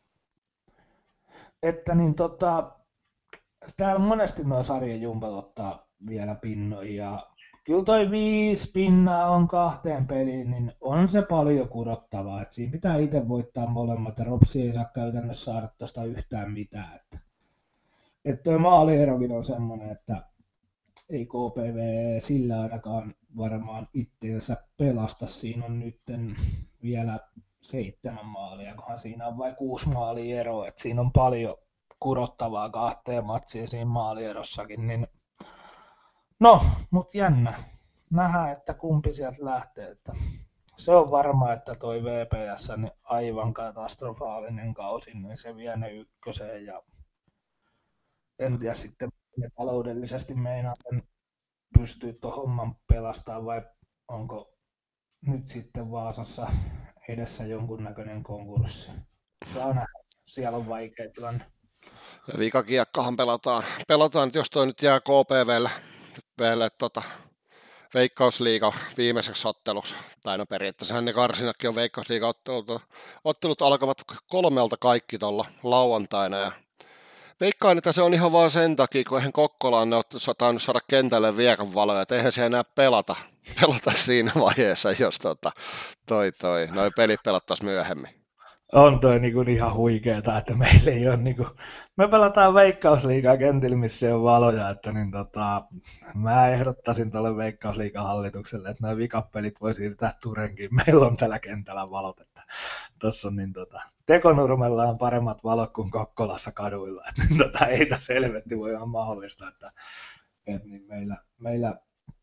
Speaker 2: että niin täällä monesti nuo sarjajumpat ottaa vielä pinnoja, ja kyllä toi 5 pinnaa on 2 peliin, niin on se paljon kurottavaa, että siinä pitää itse voittaa molemmat, ja Ropsi ei saa käytännössä saada tuosta yhtään mitään, että toi maalierokin on semmoinen, että ei KPV sillä ainakaan varmaan itseensä pelasta. Siinä on nyt vielä 7 maalia, kunhan siinä on vain 6 maalia ero. Et siinä on paljon kurottavaa 2 matsia siinä maalierossakin. Niin no, mutta jännä. Nähdään, että kumpi sieltä lähtee. Että se on varma, että toi VPS niin aivan katastrofaalinen kausi, niin se vie ne ykköseen. Ja en tiedä sitten, taloudellisesti meinaa pystyy tuon homman pelastamaan, vai onko nyt sitten Vaasassa edessä jonkunnäköinen konkurssi. Saa nähdä, siellä on vaikea tilanne.
Speaker 1: Ja vikakiekkahan pelataan, että jos toi nyt jää KPVlle Veikkausliiga viimeiseksi otteluksi, tai no periaatteessa ne karsinatkin on Veikkausliiga-ottelut alkavat 3 kaikki tuolla lauantaina, ja veikkaan, että se on ihan vaan sen takia, kun eihän Kokkolaan ne ole saanut saada kentälle viekan valoja, että eihän se enää pelata siinä vaiheessa, jos noi pelit pelattaisiin myöhemmin.
Speaker 2: On toi niinku ihan huikeeta, että meillä ei ole niinku, me pelataan Veikkausliigaa kentillä, missä on valoja, että niin mä ehdottaisin tuolle Veikkausliigan hallitukselle, että nämä vikapelit voi siirtää Turenkiin, meillä on tällä kentällä valot, että tossa on niin Tekonurmella on paremmat valot kuin Kokkolassa kaduilla, että ei tässä helvetti voi olla mahdollista, että niin meillä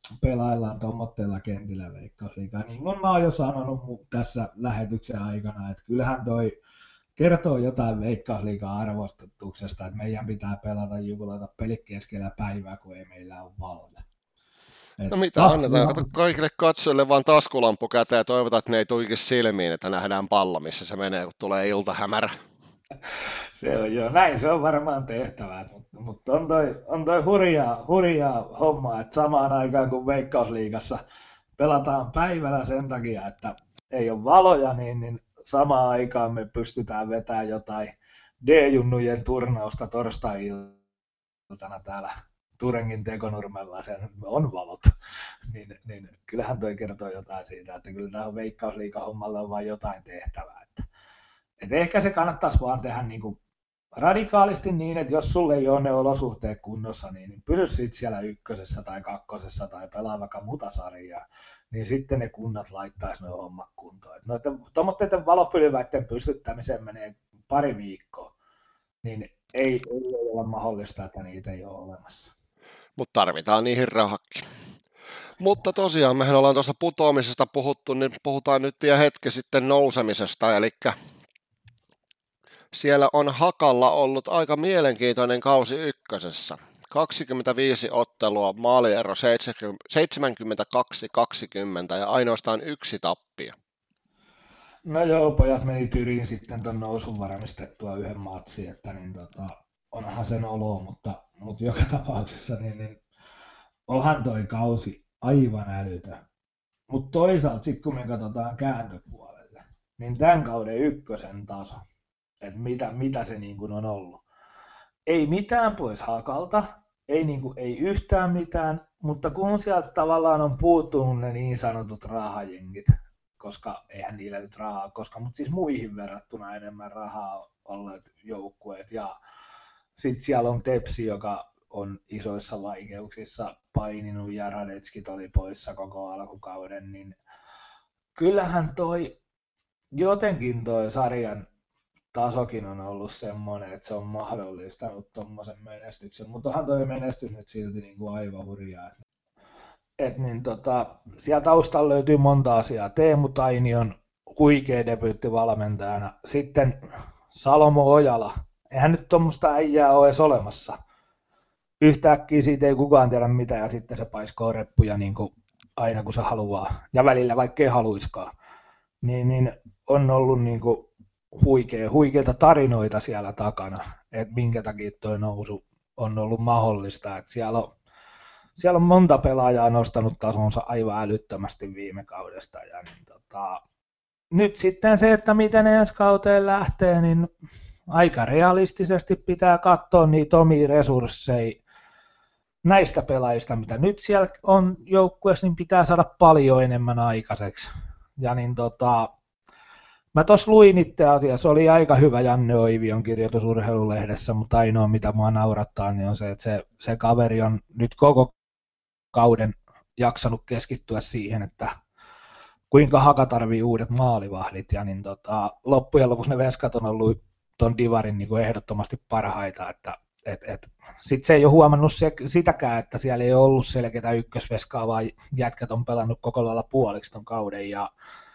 Speaker 2: pelaillaan tuommoitteilla kentillä Veikkausliigaa. Niin kuin mä oon jo sanonut tässä lähetyksen aikana, että kyllähän toi kertoo jotain Veikkausliigan arvostuksesta, että meidän pitää pelata Jukulata pelit keskellä päivää, kun ei meillä ole valoja.
Speaker 1: No mitä, annetaan kato kaikille katsojille vaan taskulampu käteen ja toivotaan, että ne ei tuikisi silmiin, että nähdään pallo, missä se menee, kun tulee iltahämärä.
Speaker 2: Se on jo, näin se on varmaan tehtävä, mutta on toi hurjaa hommaa, että samaan aikaan kun Veikkausliigassa pelataan päivällä sen takia, että ei ole valoja, niin samaan aikaan me pystytään vetämään jotain D-junnujen turnausta torstai-iltana täällä Turengin Tekonurmella, sen on valot, niin kyllähän toi kertoo jotain siitä, että kyllä tämä Veikkausliiga-hommalla on vain jotain tehtävää. Että ehkä se kannattaisi vaan tehdä niin kuin radikaalisti niin, että jos sulle ei ole ne olosuhteet kunnossa, niin pysy sitten siellä ykkösessä tai kakkosessa tai pelaa vaikka mutasarjaa, niin sitten ne kunnat laittaisi nuo hommat kuntoon. Tuommoitteiden valopylväiden pystyttämiseen menee pari viikkoa, niin ei ole mahdollista, että niitä ei ole olemassa.
Speaker 1: Mutta tarvitaan niihin rahakki. Mutta tosiaan, mehän ollaan tuossa putoamisesta puhuttu, niin puhutaan nyt vielä hetki sitten nousemisesta, eli siellä on Hakalla ollut aika mielenkiintoinen kausi ykkösessä. 25 ottelua, maaliero 72-20 ja ainoastaan 1 tappio.
Speaker 2: No joo, pojat meni Tyriin sitten ton nousun varmistettua yhden matsin, että onhan sen olo, mutta joka tapauksessa niin onhan toi kausi aivan älytön. Mutta toisaalta sitten kun me katsotaan kääntöpuolelle, niin tämän kauden ykkösen taso, että mitä se niin kuin on ollut. Ei mitään pois Hakalta, ei yhtään mitään, mutta kun sieltä tavallaan on puuttunut ne niin sanotut rahajengit, koska eihän niillä nyt rahaa mutta siis muihin verrattuna enemmän rahaa olleet joukkueet. Ja sitten siellä on Tepsi, joka on isoissa vaikeuksissa paininut ja Radetskit oli poissa koko alkukauden, niin kyllähän jotenkin toi sarjan tasokin on ollut semmoinen, että se on mahdollistanut tuommoisen menestyksen, mutta onhan toi menestys nyt silti niin kuin aivan hurjaa. Siellä taustalla löytyy monta asiaa. Teemu Tainion huikea debyytti valmentajana. Sitten Salomo Ojala. Eihän nyt tuommoista äijää ole edes olemassa. Yhtäkkiä siitä ei kukaan tiedä mitään ja sitten se paiskoo reppuja niin kuin aina kun se haluaa. Ja välillä vaikka ei haluiskaan. Niin on ollut niin kuin huikeita tarinoita siellä takana, että minkä takia tuo nousu on ollut mahdollista. Että siellä on monta pelaajaa nostanut tasonsa aivan älyttömästi viime kaudesta. Ja nyt sitten se, että miten ensi kauteen lähtee, niin aika realistisesti pitää katsoa niitä omia resursseja. Näistä pelaajista, mitä nyt siellä on joukkueessa, niin pitää saada paljon enemmän aikaiseksi. Ja mä tuossa luin itse asiassa, oli aika hyvä Janne Oivion kirjoitus Urheilulehdessä, mutta ainoa mitä mua naurattaa niin on se, että se kaveri on nyt koko kauden jaksanut keskittyä siihen, että kuinka Haka tarvii uudet maalivahdit. Ja loppujen lopuksi ne veskat on ollut ton Divarin niin kuin ehdottomasti parhaita, että sitten se ei ole huomannut sitäkään, että siellä ei ole ollut selkeää ykkösveskaa, vaan jätkät on pelannut koko lailla puoliksi ton kauden. Ja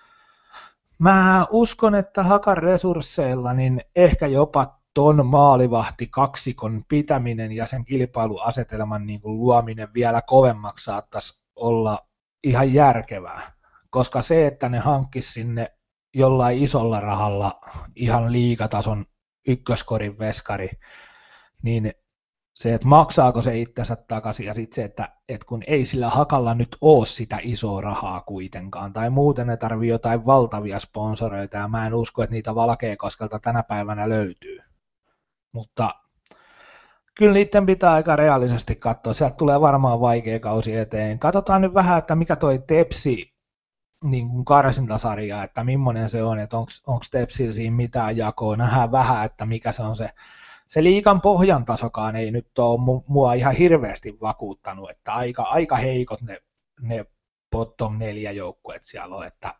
Speaker 2: mä uskon, että Hakan resursseilla niin ehkä jopa ton maalivahti kaksikon pitäminen ja sen kilpailuasetelman niin kuin luominen vielä kovemmaksi saattaisi olla ihan järkevää. Koska se, että ne hankkisi sinne jollain isolla rahalla ihan liigatason ykköskorin veskari, niin se, että maksaako se itsensä takaisin ja sitten se, että kun ei sillä Hakalla nyt ole sitä isoa rahaa kuitenkaan, tai muuten ne tarvii jotain valtavia sponsoreita, ja mä en usko, että niitä Valkeakoskelta tänä päivänä löytyy. Mutta kyllä niiden pitää aika reaalisesti katsoa, sieltä tulee varmaan vaikea kausi eteen. Katsotaan nyt vähän, että mikä toi Tepsi niin kuin karsintasarja, että millainen se on, että onko Tepsillä siinä mitään jakoa, nähdään vähän, että mikä se on se liigan pohjan tasokaan ei nyt ole mua ihan hirveästi vakuuttanut, että aika heikot ne bottom 4 joukkueet siellä on, että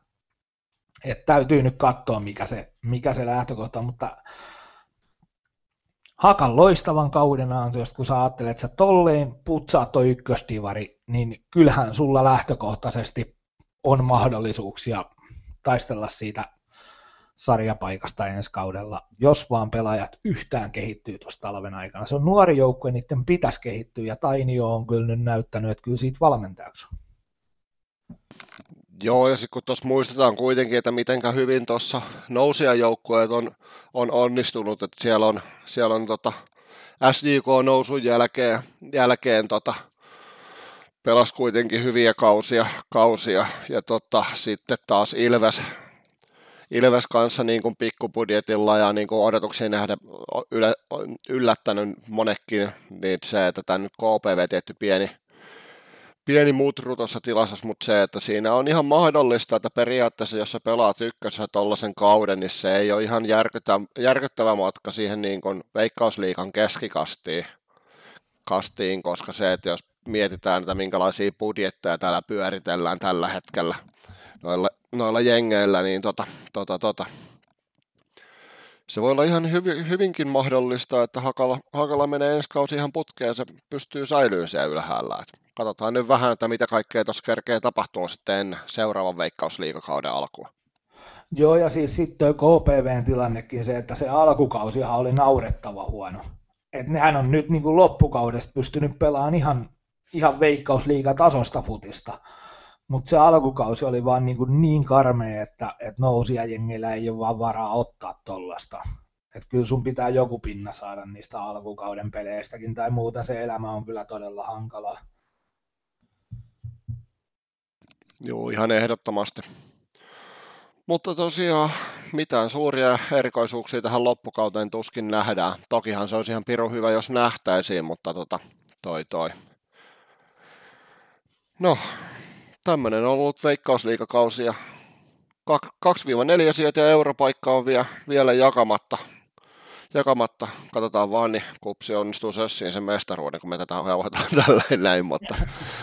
Speaker 2: täytyy nyt katsoa mikä se lähtökohta on, mutta Hakan loistavan kauden ansiosta, kun sä ajattelet, että sä tolleen putsaat toi ykkösdivari, niin kyllähän sulla lähtökohtaisesti on mahdollisuuksia taistella siitä sarjapaikasta ensi kaudella, jos vaan pelaajat yhtään kehittyy tuossa talven aikana. Se on nuori joukkue, niiden pitäisi kehittyä, ja Tainio on kyllä nyt näyttänyt, että kyllä siitä valmentajaksi on.
Speaker 1: Joo, ja sitten kun tuossa muistetaan kuitenkin, että mitenkä hyvin tuossa nousijajoukkueet on onnistunut, että siellä on SJK nousun jälkeen pelasi kuitenkin hyviä kausia ja sitten taas Ilves kanssa niin kuin pikkubudjetilla ja niin kuin odotuksiin nähdä yllättänyt monekin, niin se, että tämä nyt KPV tietty pieni mutru tuossa tilassa, mutta se, että siinä on ihan mahdollista, että periaatteessa jos sä pelaat ykkössä tollaisen kauden, niin se ei ole ihan järkyttävä matka siihen niin kuin Veikkausliigan keskikastiin, koska se, että jos mietitään, että minkälaisia budjetteja täällä pyöritellään tällä hetkellä noilla jengeillä, niin se voi olla ihan hyvinkin mahdollista, että Hakala menee ensi kausi ihan putkeen ja se pystyy säilyyn siellä ylhäällä. Et katsotaan nyt vähän, että mitä kaikkea tuossa kerkee tapahtuu sitten ennen seuraavan Veikkausliigakauden alkua.
Speaker 2: Joo, ja siis sitten tuo KPVn tilannekin se, että se alkukausihan oli naurettava huono. Että nehän on nyt niin kuin loppukaudesta pystynyt pelaamaan ihan Veikkausliigatasosta futista. Mutta se alkukausi oli vaan niin karmea, että nousijajengillä ei ole vaan varaa ottaa tollasta. Että kyllä sun pitää joku pinna saada niistä alkukauden peleistäkin, tai muuten se elämä on kyllä todella hankalaa.
Speaker 1: Joo, ihan ehdottomasti. Mutta tosiaan mitään suuria erikoisuuksia tähän loppukauteen tuskin nähdään. Tokihan se olisi ihan pirun hyvä, jos nähtäisiin, mutta toi. No, tämmöinen on ollut Veikkausliigakausi ja 2-4 sieltä ja europaikka on vielä jakamatta. Katsotaan vaan, niin Kupsi onnistuu sössiin sen mestaruuden, kun me tätä hauhataan tälleen näin, mutta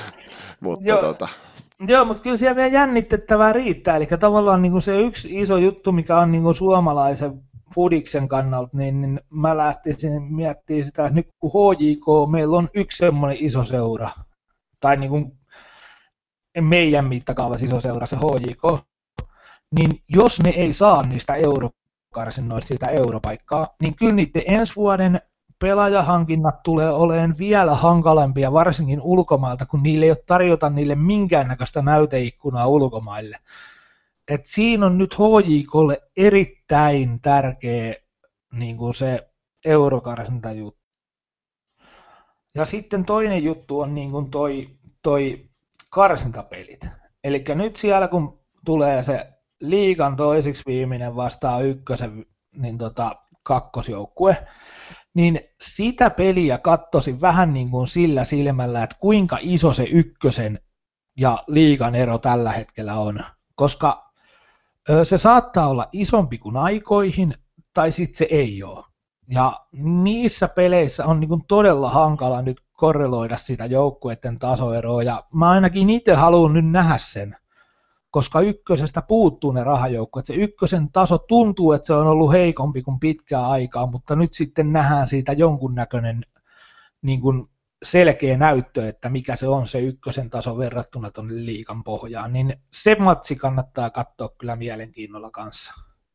Speaker 2: Joo, mutta kyllä siellä vielä jännitettävää riittää, eli tavallaan niin kuin se yksi iso juttu, mikä on niin kuin suomalaisen fudiksen kannalta, niin mä lähtisin miettimään sitä, että nyt kun HJK, meillä on yksi semmoinen iso seura, tai niin kuin meidän mittakaavassa iso seura, se HJK, niin jos ne ei saa niistä eurokarsinnoista sitä europaikkaa, niin kyllä niiden ensi vuoden pelaajahankinnat tulee olemaan vielä hankalampia, varsinkin ulkomailta, kun niille ei ole tarjota niille minkäännäköistä näyteikkunaa ulkomaille. Et siinä on nyt HJKlle erittäin tärkeä niin kuin se eurokarsintajuttu. Ja sitten toinen juttu on niin kuin toi karsintapelit. Eli nyt siellä kun tulee se liigan toisiksi viimeinen vastaan ykkösen niin kakkosjoukkue, niin sitä peliä katsoisin vähän niin kuin sillä silmällä, että kuinka iso se ykkösen ja liigan ero tällä hetkellä on. Koska se saattaa olla isompi kuin aikoihin, tai sitten se ei ole. Ja niissä peleissä on niin kuin todella hankala nyt korreloida sitä joukkueiden tasoeroa, ja mä ainakin itse haluan nyt nähdä sen, koska ykkösestä puuttuu ne rahajoukkueet. Se ykkösen taso tuntuu, että se on ollut heikompi kuin pitkään aikaa, mutta nyt sitten nähdään siitä jonkunnäköinen niin kuin selkeä näyttö, että mikä se on se ykkösen taso verrattuna tuonne liigan pohjaan, niin se matsi kannattaa katsoa kyllä mielenkiinnolla kanssa.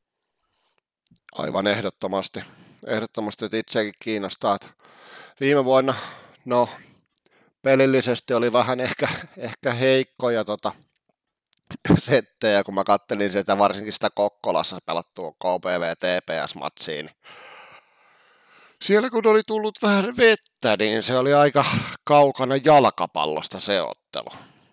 Speaker 1: Aivan ehdottomasti, että itseäkin kiinnostaa, että viime vuonna, pelillisesti oli vähän ehkä heikkoja settejä, kun mä kattelin sitä varsinkin sitä Kokkolassa pelattua KPV-TPS-matsiin. Siellä kun oli tullut vähän vettä, niin se oli aika kaukana jalkapallosta se ottelu.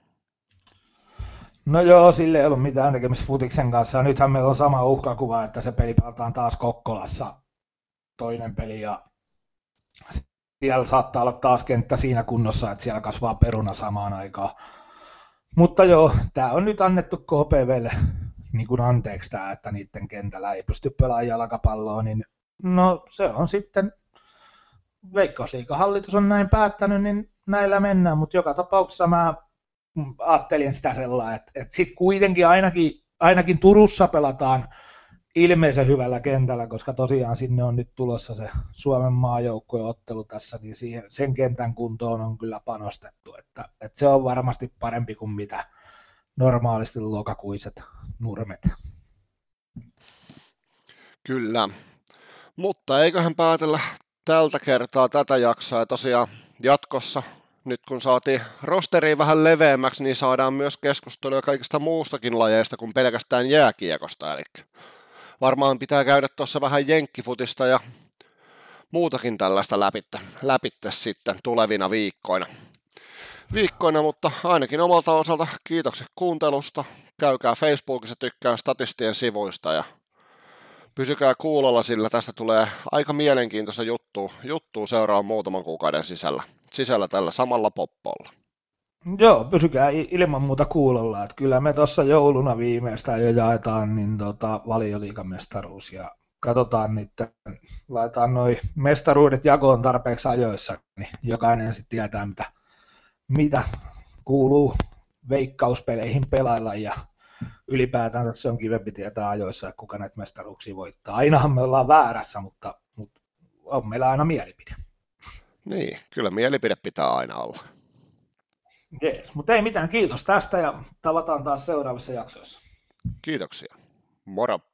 Speaker 2: No joo, sille ei ollut mitään tekemistä futiksen kanssa. Nythän meillä on sama uhkakuva, että se peli pelataan taas Kokkolassa, toinen peli, ja siellä saattaa olla taas kenttä siinä kunnossa, että siellä kasvaa peruna samaan aikaan. Mutta joo, tämä on nyt annettu KPVlle niin kuin anteeksi tämä, että niiden kentällä ei pysty pelaamaan jalkapalloa, niin no se on sitten, Veikkausliigan hallitus on näin päättänyt, niin näillä mennään, mutta joka tapauksessa mä ajattelin sitä sellainen, että sitten kuitenkin ainakin Turussa pelataan ilmeisen hyvällä kentällä, koska tosiaan sinne on nyt tulossa se Suomen maajoukkueen ottelu tässä, niin sen kentän kuntoon on kyllä panostettu, että se on varmasti parempi kuin mitä normaalisti lokakuiset nurmet.
Speaker 1: Kyllä, mutta eiköhän päätellä tältä kertaa tätä jaksoa ja tosiaan jatkossa, nyt kun saatiin rosteriin vähän leveämmäksi, niin saadaan myös keskustelua kaikista muustakin lajeista kuin pelkästään jääkiekosta, eli varmaan pitää käydä tuossa vähän jenkkifutista ja muutakin tällaista läpitte sitten tulevina viikkoina, mutta ainakin omalta osalta kiitokset kuuntelusta, käykää Facebookissa tykkään statistien sivuista ja pysykää kuulolla, sillä tästä tulee aika mielenkiintoista juttua seuraavan muutaman kuukauden sisällä tällä samalla poppolla.
Speaker 2: Joo, pysykää ilman muuta kuulolla, että kyllä me tuossa jouluna viimeistään jo jaetaan niin Valioliigamestaruus ja katsotaan niitä, laitetaan noi mestaruudet jakoon tarpeeksi ajoissa, niin jokainen sitten tietää mitä kuuluu veikkauspeleihin pelailla ja ylipäätään se on kivempi tietää ajoissa, että kuka näitä mestaruuksia voittaa. Ainahan me ollaan väärässä, mutta on meillä aina mielipide.
Speaker 1: Niin, kyllä mielipide pitää aina olla.
Speaker 2: Jees, mutta ei mitään, kiitos tästä ja tavataan taas seuraavissa jaksoissa.
Speaker 1: Kiitoksia. Moro!